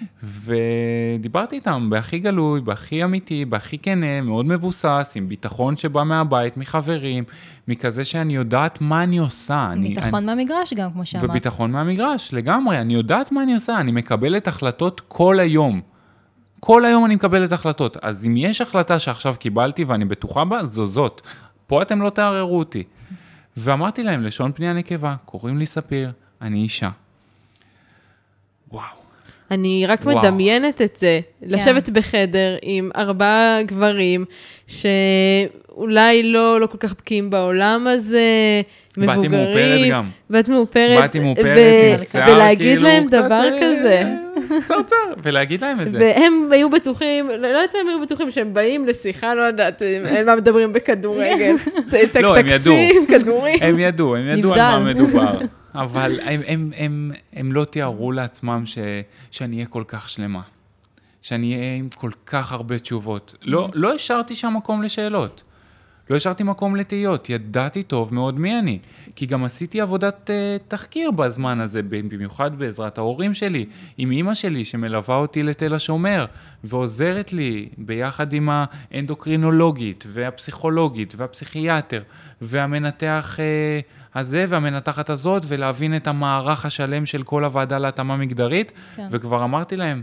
ודיברתי איתם בהכי גלוי, בהכי אמיתי, בהכי כנה, מאוד מבוסס, עם ביטחון שבא מהבית, מחברים, מכזה שאני יודעת מה אני עושה. ביטחון מהמגרש גם, כמו שאמרת. וביטחון מהמגרש, לגמרי, אני יודעת מה אני עושה, אני מקבלת החלטות כל היום. כל היום אני מקבלת החלטות. אז אם יש החלטה שעכשיו קיבלתי ואני בטוחה בה, זאת. פה אתם לא תערערו אותי. ואמרתי להם, לשון פנייה נקבה, קוראים לי ספיר, אני אישה. וואו. אני רק מדמיינת את זה, לשבת בחדר עם 4 גברים, שאולי לא כל כך בקיאים בעולם הזה, מבוגרים. באתי מאופרת גם. באתי מאופרת. באתי מאופרת עם שיער, ולהגיד להם דבר כזה. צר, ולהגיד להם את זה. והם היו בטוחים, לא יודעת מה הם היו בטוחים, שהם באים לשיחה, לא יודעת, אין מה מדברים בכדורגל. לא, הם ידעו. כדורים. הם ידעו על מה מדובר. אבל הם לא תיארו לעצמם שאני אהיה כל כך שלמה. שאני אהיה עם כל כך הרבה תשובות. לא השארתי שם מקום לשאלות. לא השארתי מקום לתהיות. ידעתי טוב מאוד מי אני. כי גם עשיתי עבודת תחקיר בזמן הזה, במיוחד בעזרת ההורים שלי, עם אמא שלי שמלווה אותי לתל השומר, ועוזרת לי ביחד עם האנדוקרינולוגית, והפסיכולוגית, והפסיכיאטר, והמנתח הזה והמנתחת הזאת, ולהבין את המערך השלם של כל הוועדה להתאמה מגדרית, כן. וכבר אמרתי להם,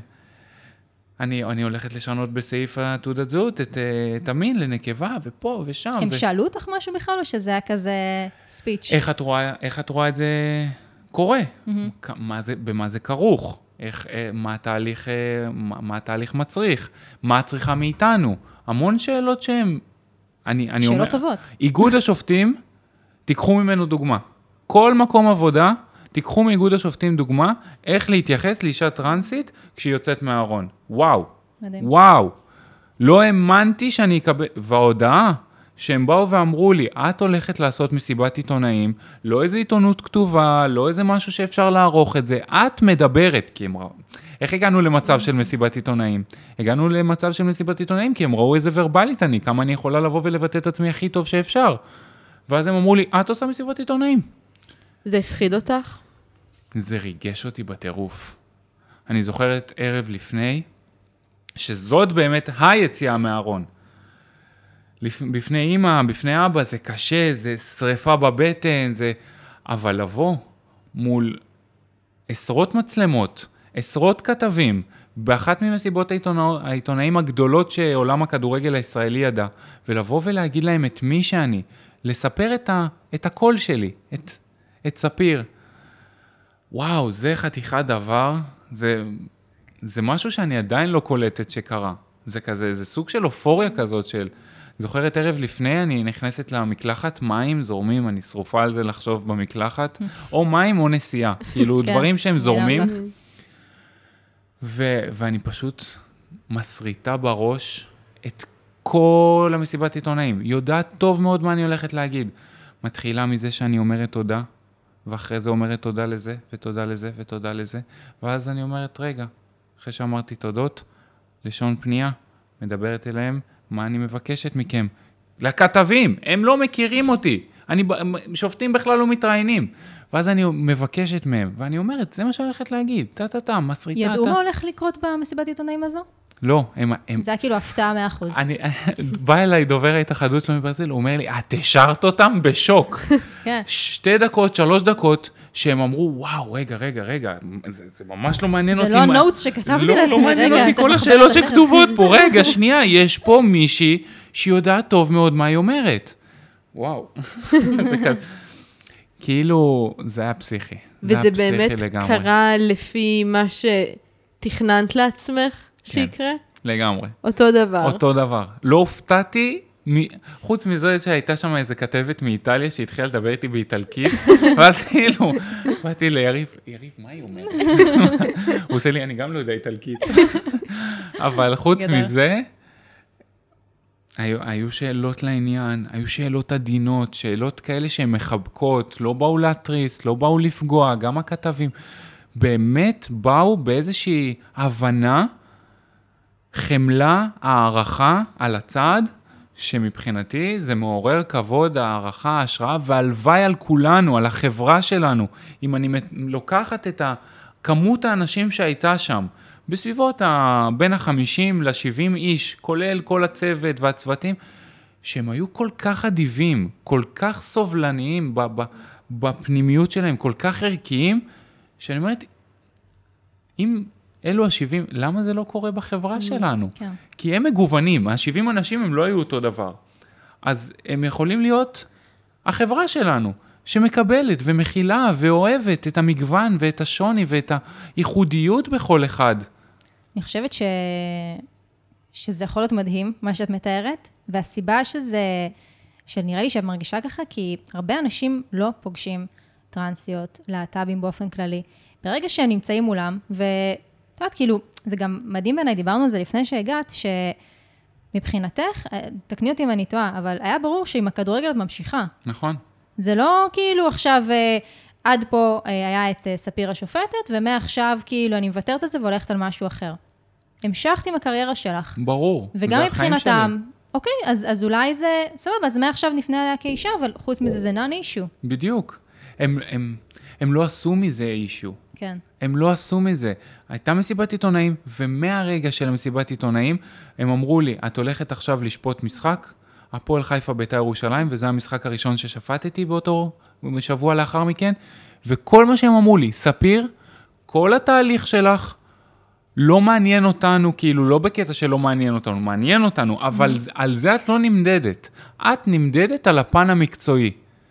אני הולכת לשנות בסעיף תעודת זהות את המין לנקבה, ופה ושם. הם שאלו אותך משהו בכלל, או שזה היה כזה ספיץ'? איך את רואה את זה קורה? במה זה כרוך? מה התהליך מצריך? מה הצריכה מאיתנו? המון שאלות שהן... שאלות טובות. איגוד השופטים, תיקחו ממנו דוגמה. כל מקום עבודה, תיקחו מאיגוד השופטים דוגמה, איך להתייחס לאישה טרנסית כשהיא יוצאת מהארון. וואו. מדהים. וואו. לא האמנתי שאני אקבל... וההודעה שהם באו ואמרו לי, את הולכת לעשות מסיבת עיתונאים, לא איזו עיתונות כתובה, לא איזה משהו שאפשר לערוך את זה, את מדברת, כי הם ראו... איך הגענו למצב של מסיבת עיתונאים? הגענו למצב של מסיבת עיתונאים, כי הם ראו איזה ורבלית אני, כמה אני יכולה לבוא ולבטא את עצמי הכי טוב שאפשר. ואז הם אמרו לי, את עושה מסיבת עיתונאים. זה הפחיד אותך? זה ריגש אותי בטירוף. אני זוכרת ערב לפני, שזאת באמת היציאה מהארון. בפני אמא, בפני אבא, זה קשה, זה שריפה בבטן, זה... אבל לבוא מול עשרות מצלמות, עשרות כתבים, באחת ממסיבות העיתונאים הגדולות שעולם הכדורגל הישראלי ידע, ולבוא ולהגיד להם את מי שאני, לספר את הקול שלי, את ספיר. וואו, זה חתיכת דבר, זה משהו שאני עדיין לא קולטת שקרה. זה כזה, זה סוג של אופוריה כזאת של, זוכרת ערב לפני, אני נכנסת למקלחת, מים זורמים, אני שרופה על זה לחשוב במקלחת, או מים או נסיעה, כאילו דברים שהם זורמים. ואני פשוט מסריטה בראש את כל המסיבת עיתונאים. יודעת טוב מאוד מה אני הולכת להגיד. מתחילה מזה שאני אומרת תודה, ואחרי זה אומרת תודה לזה, ותודה לזה, ותודה לזה. ואז אני אומרת, רגע, אחרי שאמרתי תודות, לשון פנייה, מדברת אליהם, מה אני מבקשת מכם? לכתבים, הם לא מכירים אותי. שופטים בכלל לא מתראיינים. ואז אני מבקשת מהם, ואני אומרת, זה מה שהולכת להגיד, מסריטה. ידעו מה הולך לקרות במסיבת עיתונאים הזו? לא, זה היה כאילו הפתעה 100%. בא אליי דובר ההתאחדות שלו מברזיל, הוא אומר לי, את השארת אותם בשוק. 2 דקות, 3 דקות, שהם אמרו, וואו, רגע, זה ממש לא מעניין אותי. זה לא הנוטס שכתבתי לעצמי, לא מעניין אותי כל השאלות שכתובות פה. רגע, שנייה, יש פה מישהי שיודעת טוב מאוד מה היא אומרת. וואו. כאילו, זה היה פסיכי. וזה באמת קרה לפי מה שתכננת לעצמך שיקרה? לגמרי. אותו דבר. אותו דבר. לא הופתעתי, חוץ מזה שהייתה שם איזה כתבת מאיטליה שהתחילה לדבר איתי באיטלקית, ואז כאילו, באתי ליריב, מה היא אומרת? הוא עושה לי, אני גם לא יודע איטלקית. אבל חוץ מזה, היו שאלות לעניין, היו שאלות עדינות, שאלות כאלה שהן מחבקות, לא באו להתריס, לא באו לפגוע, גם הכתבים. באמת באו באיזושהי הבנה, חמלה, הערכה על הצעד, שמבחינתי זה מעורר כבוד, הערכה, השראה, והלוואי על כולנו, על החברה שלנו. אם אני לוקחת את כמות האנשים שהייתה שם, בסביבות בין ה-50 ל-70 איש, כולל כל הצוות והצוותים, שהם היו כל כך אדיבים, כל כך סובלניים בפנימיות שלהם, כל כך ערכיים, שאני אומרת, אם אלו ה-70, למה זה לא קורה בחברה שלנו? כן. כי הם מגוונים, ה-70 אנשים הם לא היו אותו דבר. אז הם יכולים להיות החברה שלנו, שמקבלת ומכילה ואוהבת את המגוון ואת השוני ואת הייחודיות בכל אחד. אני חושבת שזה יכול להיות מדהים, מה שאת מתארת, והסיבה שנראה לי שאת מרגישה ככה, כי הרבה אנשים לא פוגשים טרנסיות, להט"בים באופן כללי. ברגע שהם נמצאים מולם, ואת יודעת, כאילו, זה גם מדהים בעיניי, דיברנו על זה לפני שהגעת, שמבחינתך, תקני אותי אם אני טועה, אבל היה ברור שעם הכדורגל את ממשיכה. נכון. זה לא כאילו עכשיו, עד פה היה את ספיר השופטת, ומעכשיו כאילו אני מוותרת את זה והולכת על משהו אחר. המשכת עם הקריירה שלך. ברור, וגם מבחינתם, אוקיי, אז אולי זה, סבבה, אז מעכשיו נפנה עליה כאישה, אבל חוץ מזה זה נון אישו. בדיוק. הם לא עשו מזה אישו. כן. הם לא עשו מזה. הייתה מסיבת עיתונאים, ומהרגע של המסיבת עיתונאים, הם אמרו לי, את הולכת עכשיו לשפוט משחק, הפועל חיפה בית"ר ירושלים, וזה המשחק הראשון ששפטתי באותו שבוע לאחר מכן, וכל מה שהם אמרו לי, ספיר, כל התהליך שלך לא מעניין אותנו, כאילו לא בקטע שלא מעניין אותנו, מעניין אותנו, אבל על זה את לא נמדדת. את נמדדת על הפן המקצועי.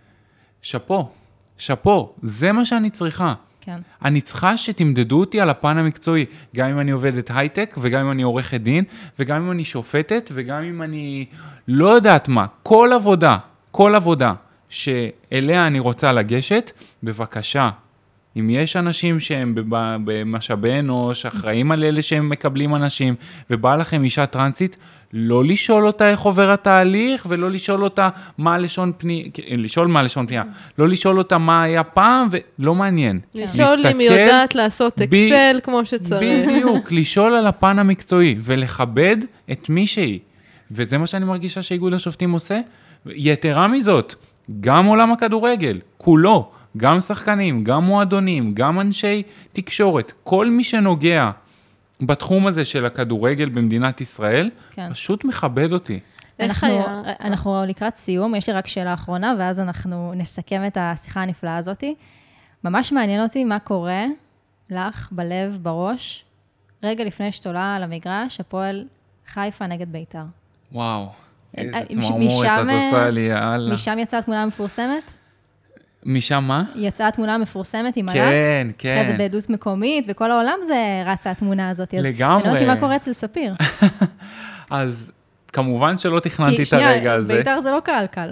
שפו, זה מה שאני צריכה. כן. אני צריכה שתמדדו אותי על הפן המקצועי, גם אם אני עובדת הייטק, וגם אם אני עורכת דין, וגם אם אני שופטת, וגם אם אני לא יודעת מה, כל עבודה שאליה אני רוצה לגשת, בבקשה, אם יש אנשים שהם במשאבי אנוש, אחראים על אלה שהם מקבלים אנשים, ובא לכם אישה טרנסית, לא לשאול אותה איך עובר התהליך, ולא לשאול אותה מה לשון פנייה, לא לשאול אותה מה היה פעם, ולא מעניין. לשאול אם היא יודעת לעשות אקסל כמו שצריך. בדיוק, לשאול על הפן המקצועי, ולכבד את מי שהיא. וזה מה שאני מרגישה שאיגוד השופטים עושה. יתרה מזאת, גם עולם הכדורגל, כולו, גם שחקנים, גם מועדונים, גם אנשי תקשורת, כל מי שנוגע בתחום הזה של הכדורגל במדינת ישראל, כן. פשוט מכבד אותי. אנחנו לקראת סיום, יש לי רק שאלה אחרונה, ואז אנחנו נסכם את השיחה הנפלאה הזאת. ממש מעניין אותי מה קורה לך בלב, בראש, רגע לפני שתולה על המגרש, הפועל חיפה נגד בית"ר. וואו, איזה צמרמורת את עושה לי, יאללה. משם יצאה תמונה מפורסמת? משם מה? יצאה תמונה מפורסמת עם עלת. כן, כן. אחרי זה בעדות מקומית, וכל העולם זה רצה התמונה הזאת. לגמרי. אני לא יודעת מה קורה אצל ספיר. אז כמובן שלא תכננתי את הרגע הזה. בית"ר זה לא קל.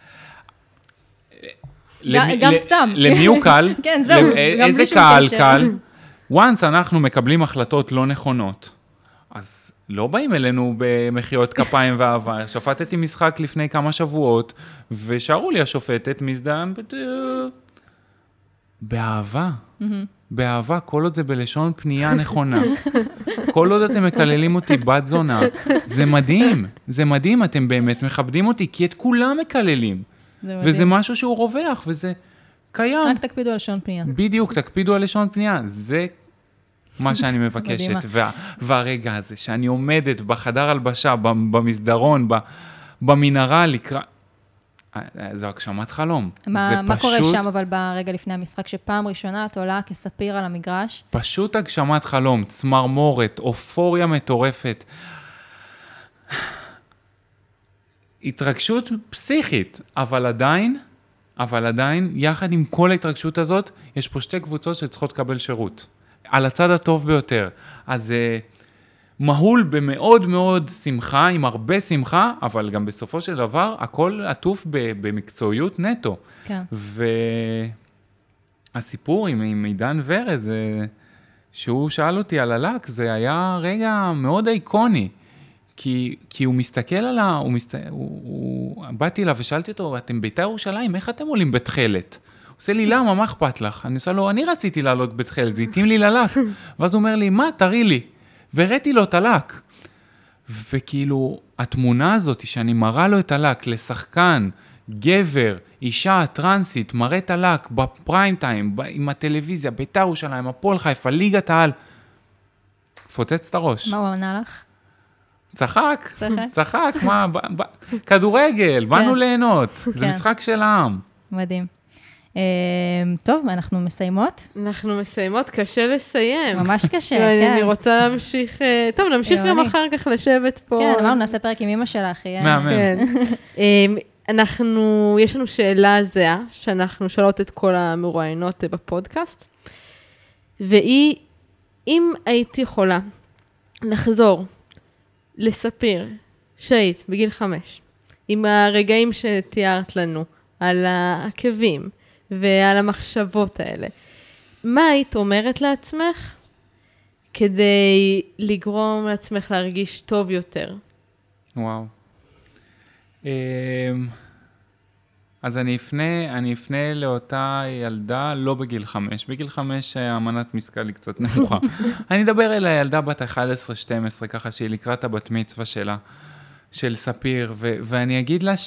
גם סתם. למי הוא קל? כן, זהו. איזה קהל קל? once אנחנו מקבלים החלטות לא נכונות. אז לא באים אלינו במחיאות כפיים ואהבה. שפטתי משחק לפני כמה שבועות, ושארו לי השופטת מזדן באהבה. באהבה, כל עוד זה בלשון פנייה נכונה. כל עוד אתם מקללים אותי בת זונה. זה מדהים, אתם באמת מכבדים אותי, כי את כולם מקללים. וזה משהו שהוא רווח, וזה קיים. רק תקפידו על לשון פנייה. בדיוק, תקפידו על לשון פנייה. זה מה שאני מבקשת. והרגע הזה, שאני עומדת בחדר הלבשה, במסדרון, במנהרה, זו הגשמת חלום. מה קורה שם אבל ברגע לפני המשחק, שפעם ראשונה את עולה כספיר על המגרש? פשוט הגשמת חלום, צמרמורת, אופוריה מטורפת. התרגשות פסיכית, אבל עדיין, יחד עם כל ההתרגשות הזאת, יש פה שתי קבוצות שצריכות לקבל שירות. על הצד הטוב ביותר. אז מהול במאוד מאוד שמחה, עם הרבה שמחה, אבל גם בסופו של דבר, הכל עטוף במקצועיות נטו. כן. והסיפור עם עידן ורז, שהוא שאל אותי על הלק, זה היה רגע מאוד איקוני. כי הוא מסתכל באתי אליו ושאלתי אותו, אתם בית"ר ירושלים, איך אתם עולים בתחלת? הוא עושה לי, למה, מה אכפת לך? אני עושה לו, אני רציתי לעלות בתחלת, זה התאים לי ללק. ואז הוא אומר לי, מה, תראי לי. והראיתי לו את הלק. וכאילו, התמונה הזאת שאני מראה לו את הלק לשחקן, גבר, אישה, טרנסית, מראה את הלק בפריים טיים, עם הטלוויזיה, בית"ר ירושלים, הפועל חיפה, ליגת העל, פוצץ את הראש. מה הוא ענה לך? צחק, מה, כדורגל, באנו ליהנות, זה משחק של העם. מדהים. טוב, אנחנו מסיימות? אנחנו מסיימות, קשה לסיים. ממש קשה, כן. אני רוצה להמשיך, טוב, נמשיך גם אחר כך לשבת פה. כן, אמרנו, נעשה פרק עם אמא שלך. מהמם. יש לנו שאלה זהה, שאנחנו שואלות את כל המרואיינות בפודקאסט, והיא, אם היית יכולה לחזור, לספיר שהיית בגיל 5, עם הרגעים שתיארת לנו, על העקבים ועל המחשבות האלה, מה היית אומרת לעצמך כדי לגרום לעצמך להרגיש טוב יותר? וואו. אז אני אפנה לאותה ילדה לא בגיל 5. בגיל 5 המנת משכל היא קצת נמוכה. אני אדבר אל הילדה בת 11-12, ככה שהיא לקראת הבת מצווה שלה, של ספיר, ואני אגיד לה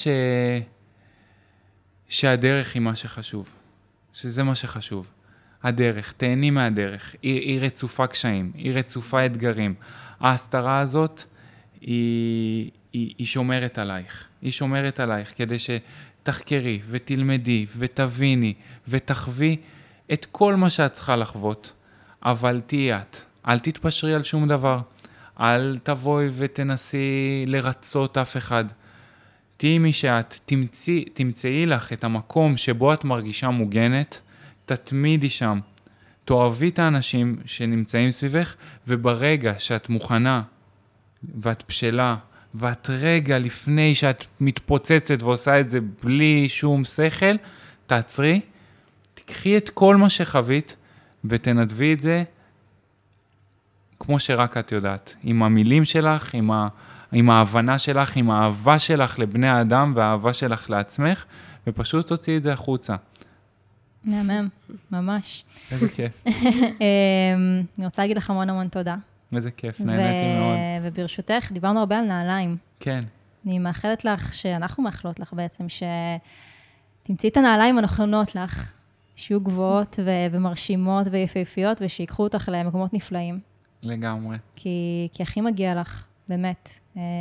שהדרך היא מה שחשוב. שזה מה שחשוב. הדרך, תהני מהדרך. היא רצופה קשיים, היא רצופה אתגרים. ההסתרה הזאת היא שומרת עלייך. היא שומרת עלייך כדי שתחקרי ותלמדי ותביני ותחווי את כל מה שאת צריכה לחוות. אבל תהיי את. אל תתפשרי על שום דבר. אל תבואי ותנסי לרצות אף אחד. תהיי מי שאת. תמצאי לך את המקום שבו את מרגישה מוגנת. תתמידי שם. תאהבי את האנשים שנמצאים סביבך, וברגע שאת מוכנה ואת בשלה, ואת רגע לפני שאת מתפוצצת ועושה את זה בלי שום שכל, תעצרי, תקחי את כל מה שחווית ותנדבי את זה כמו שרק את יודעת. עם המילים שלך, עם ההבנה שלך, עם האהבה שלך לבני האדם והאהבה שלך לעצמך, ופשוט תוציאי את זה החוצה. מהמם, ממש. איזה כיף. אני רוצה להגיד לך המון תודה. איזה כיף, נהניתי מאוד. וברשותך, דיברנו הרבה על נעליים. כן. אני מאחלת לך, שאנחנו מאחלות לך בעצם, שתמצאי את הנעליים הנכונות לך, שיהיו גבוהות ומרשימות ויפהפיות, ושיקחו אותך למקומות נפלאים. לגמרי. כי הכי מגיע לך, באמת.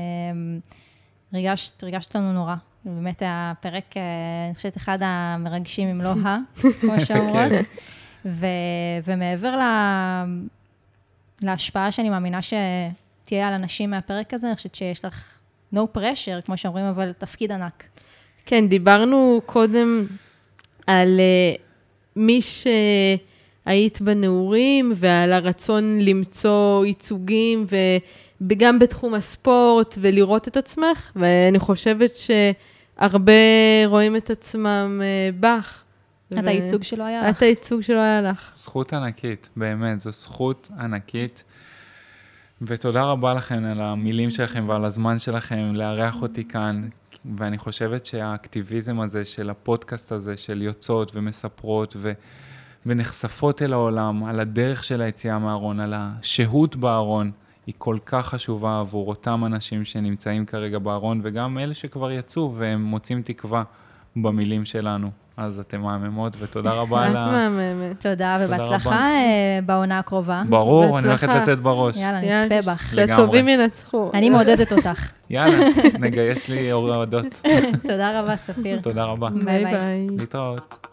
ריגשת לנו נורא. באמת הפרק, אני חושבת, אחד המרגשים, אם לא כמו שאומרות. ומעבר להשפעה שאני מאמינה שתהיה על אנשים מהפרק הזה, אני חושבת שיש לך no pressure, כמו שאומרים, אבל תפקיד ענק. כן, דיברנו קודם על מי שהיית בנעורים, ועל הרצון למצוא ייצוגים, וגם בתחום הספורט, ולראות את עצמך, ואני חושבת שהרבה רואים את עצמם בך. את הייצוג שלא היה לך. את הייצוג שלא היה לך. זכות ענקית, באמת, זו זכות ענקית. ותודה רבה לכם על המילים שלכם ועל הזמן שלכם לארח אותי כאן. ואני חושבת שהאקטיביזם הזה של הפודקאסט הזה, של יוצאות ומספרות ונחשפות אל העולם, על הדרך של היציאה מהארון, על השהות בארון, היא כל כך חשובה עבור אותם אנשים שנמצאים כרגע בארון, וגם אלה שכבר יצאו והם מוצאים תקווה במילים שלנו. אז אתם מהממות, ותודה רבה את מהממת. תודה, ובהצלחה בעונה הקרובה. ברור, אני הולכת לצאת בראש. יאללה, נצפה בך. שהטובים ינצחו. אני מעודדת אותך. יאללה, נגייס לי הורדות. תודה רבה, ספיר. תודה רבה. ביי ביי. להתראות.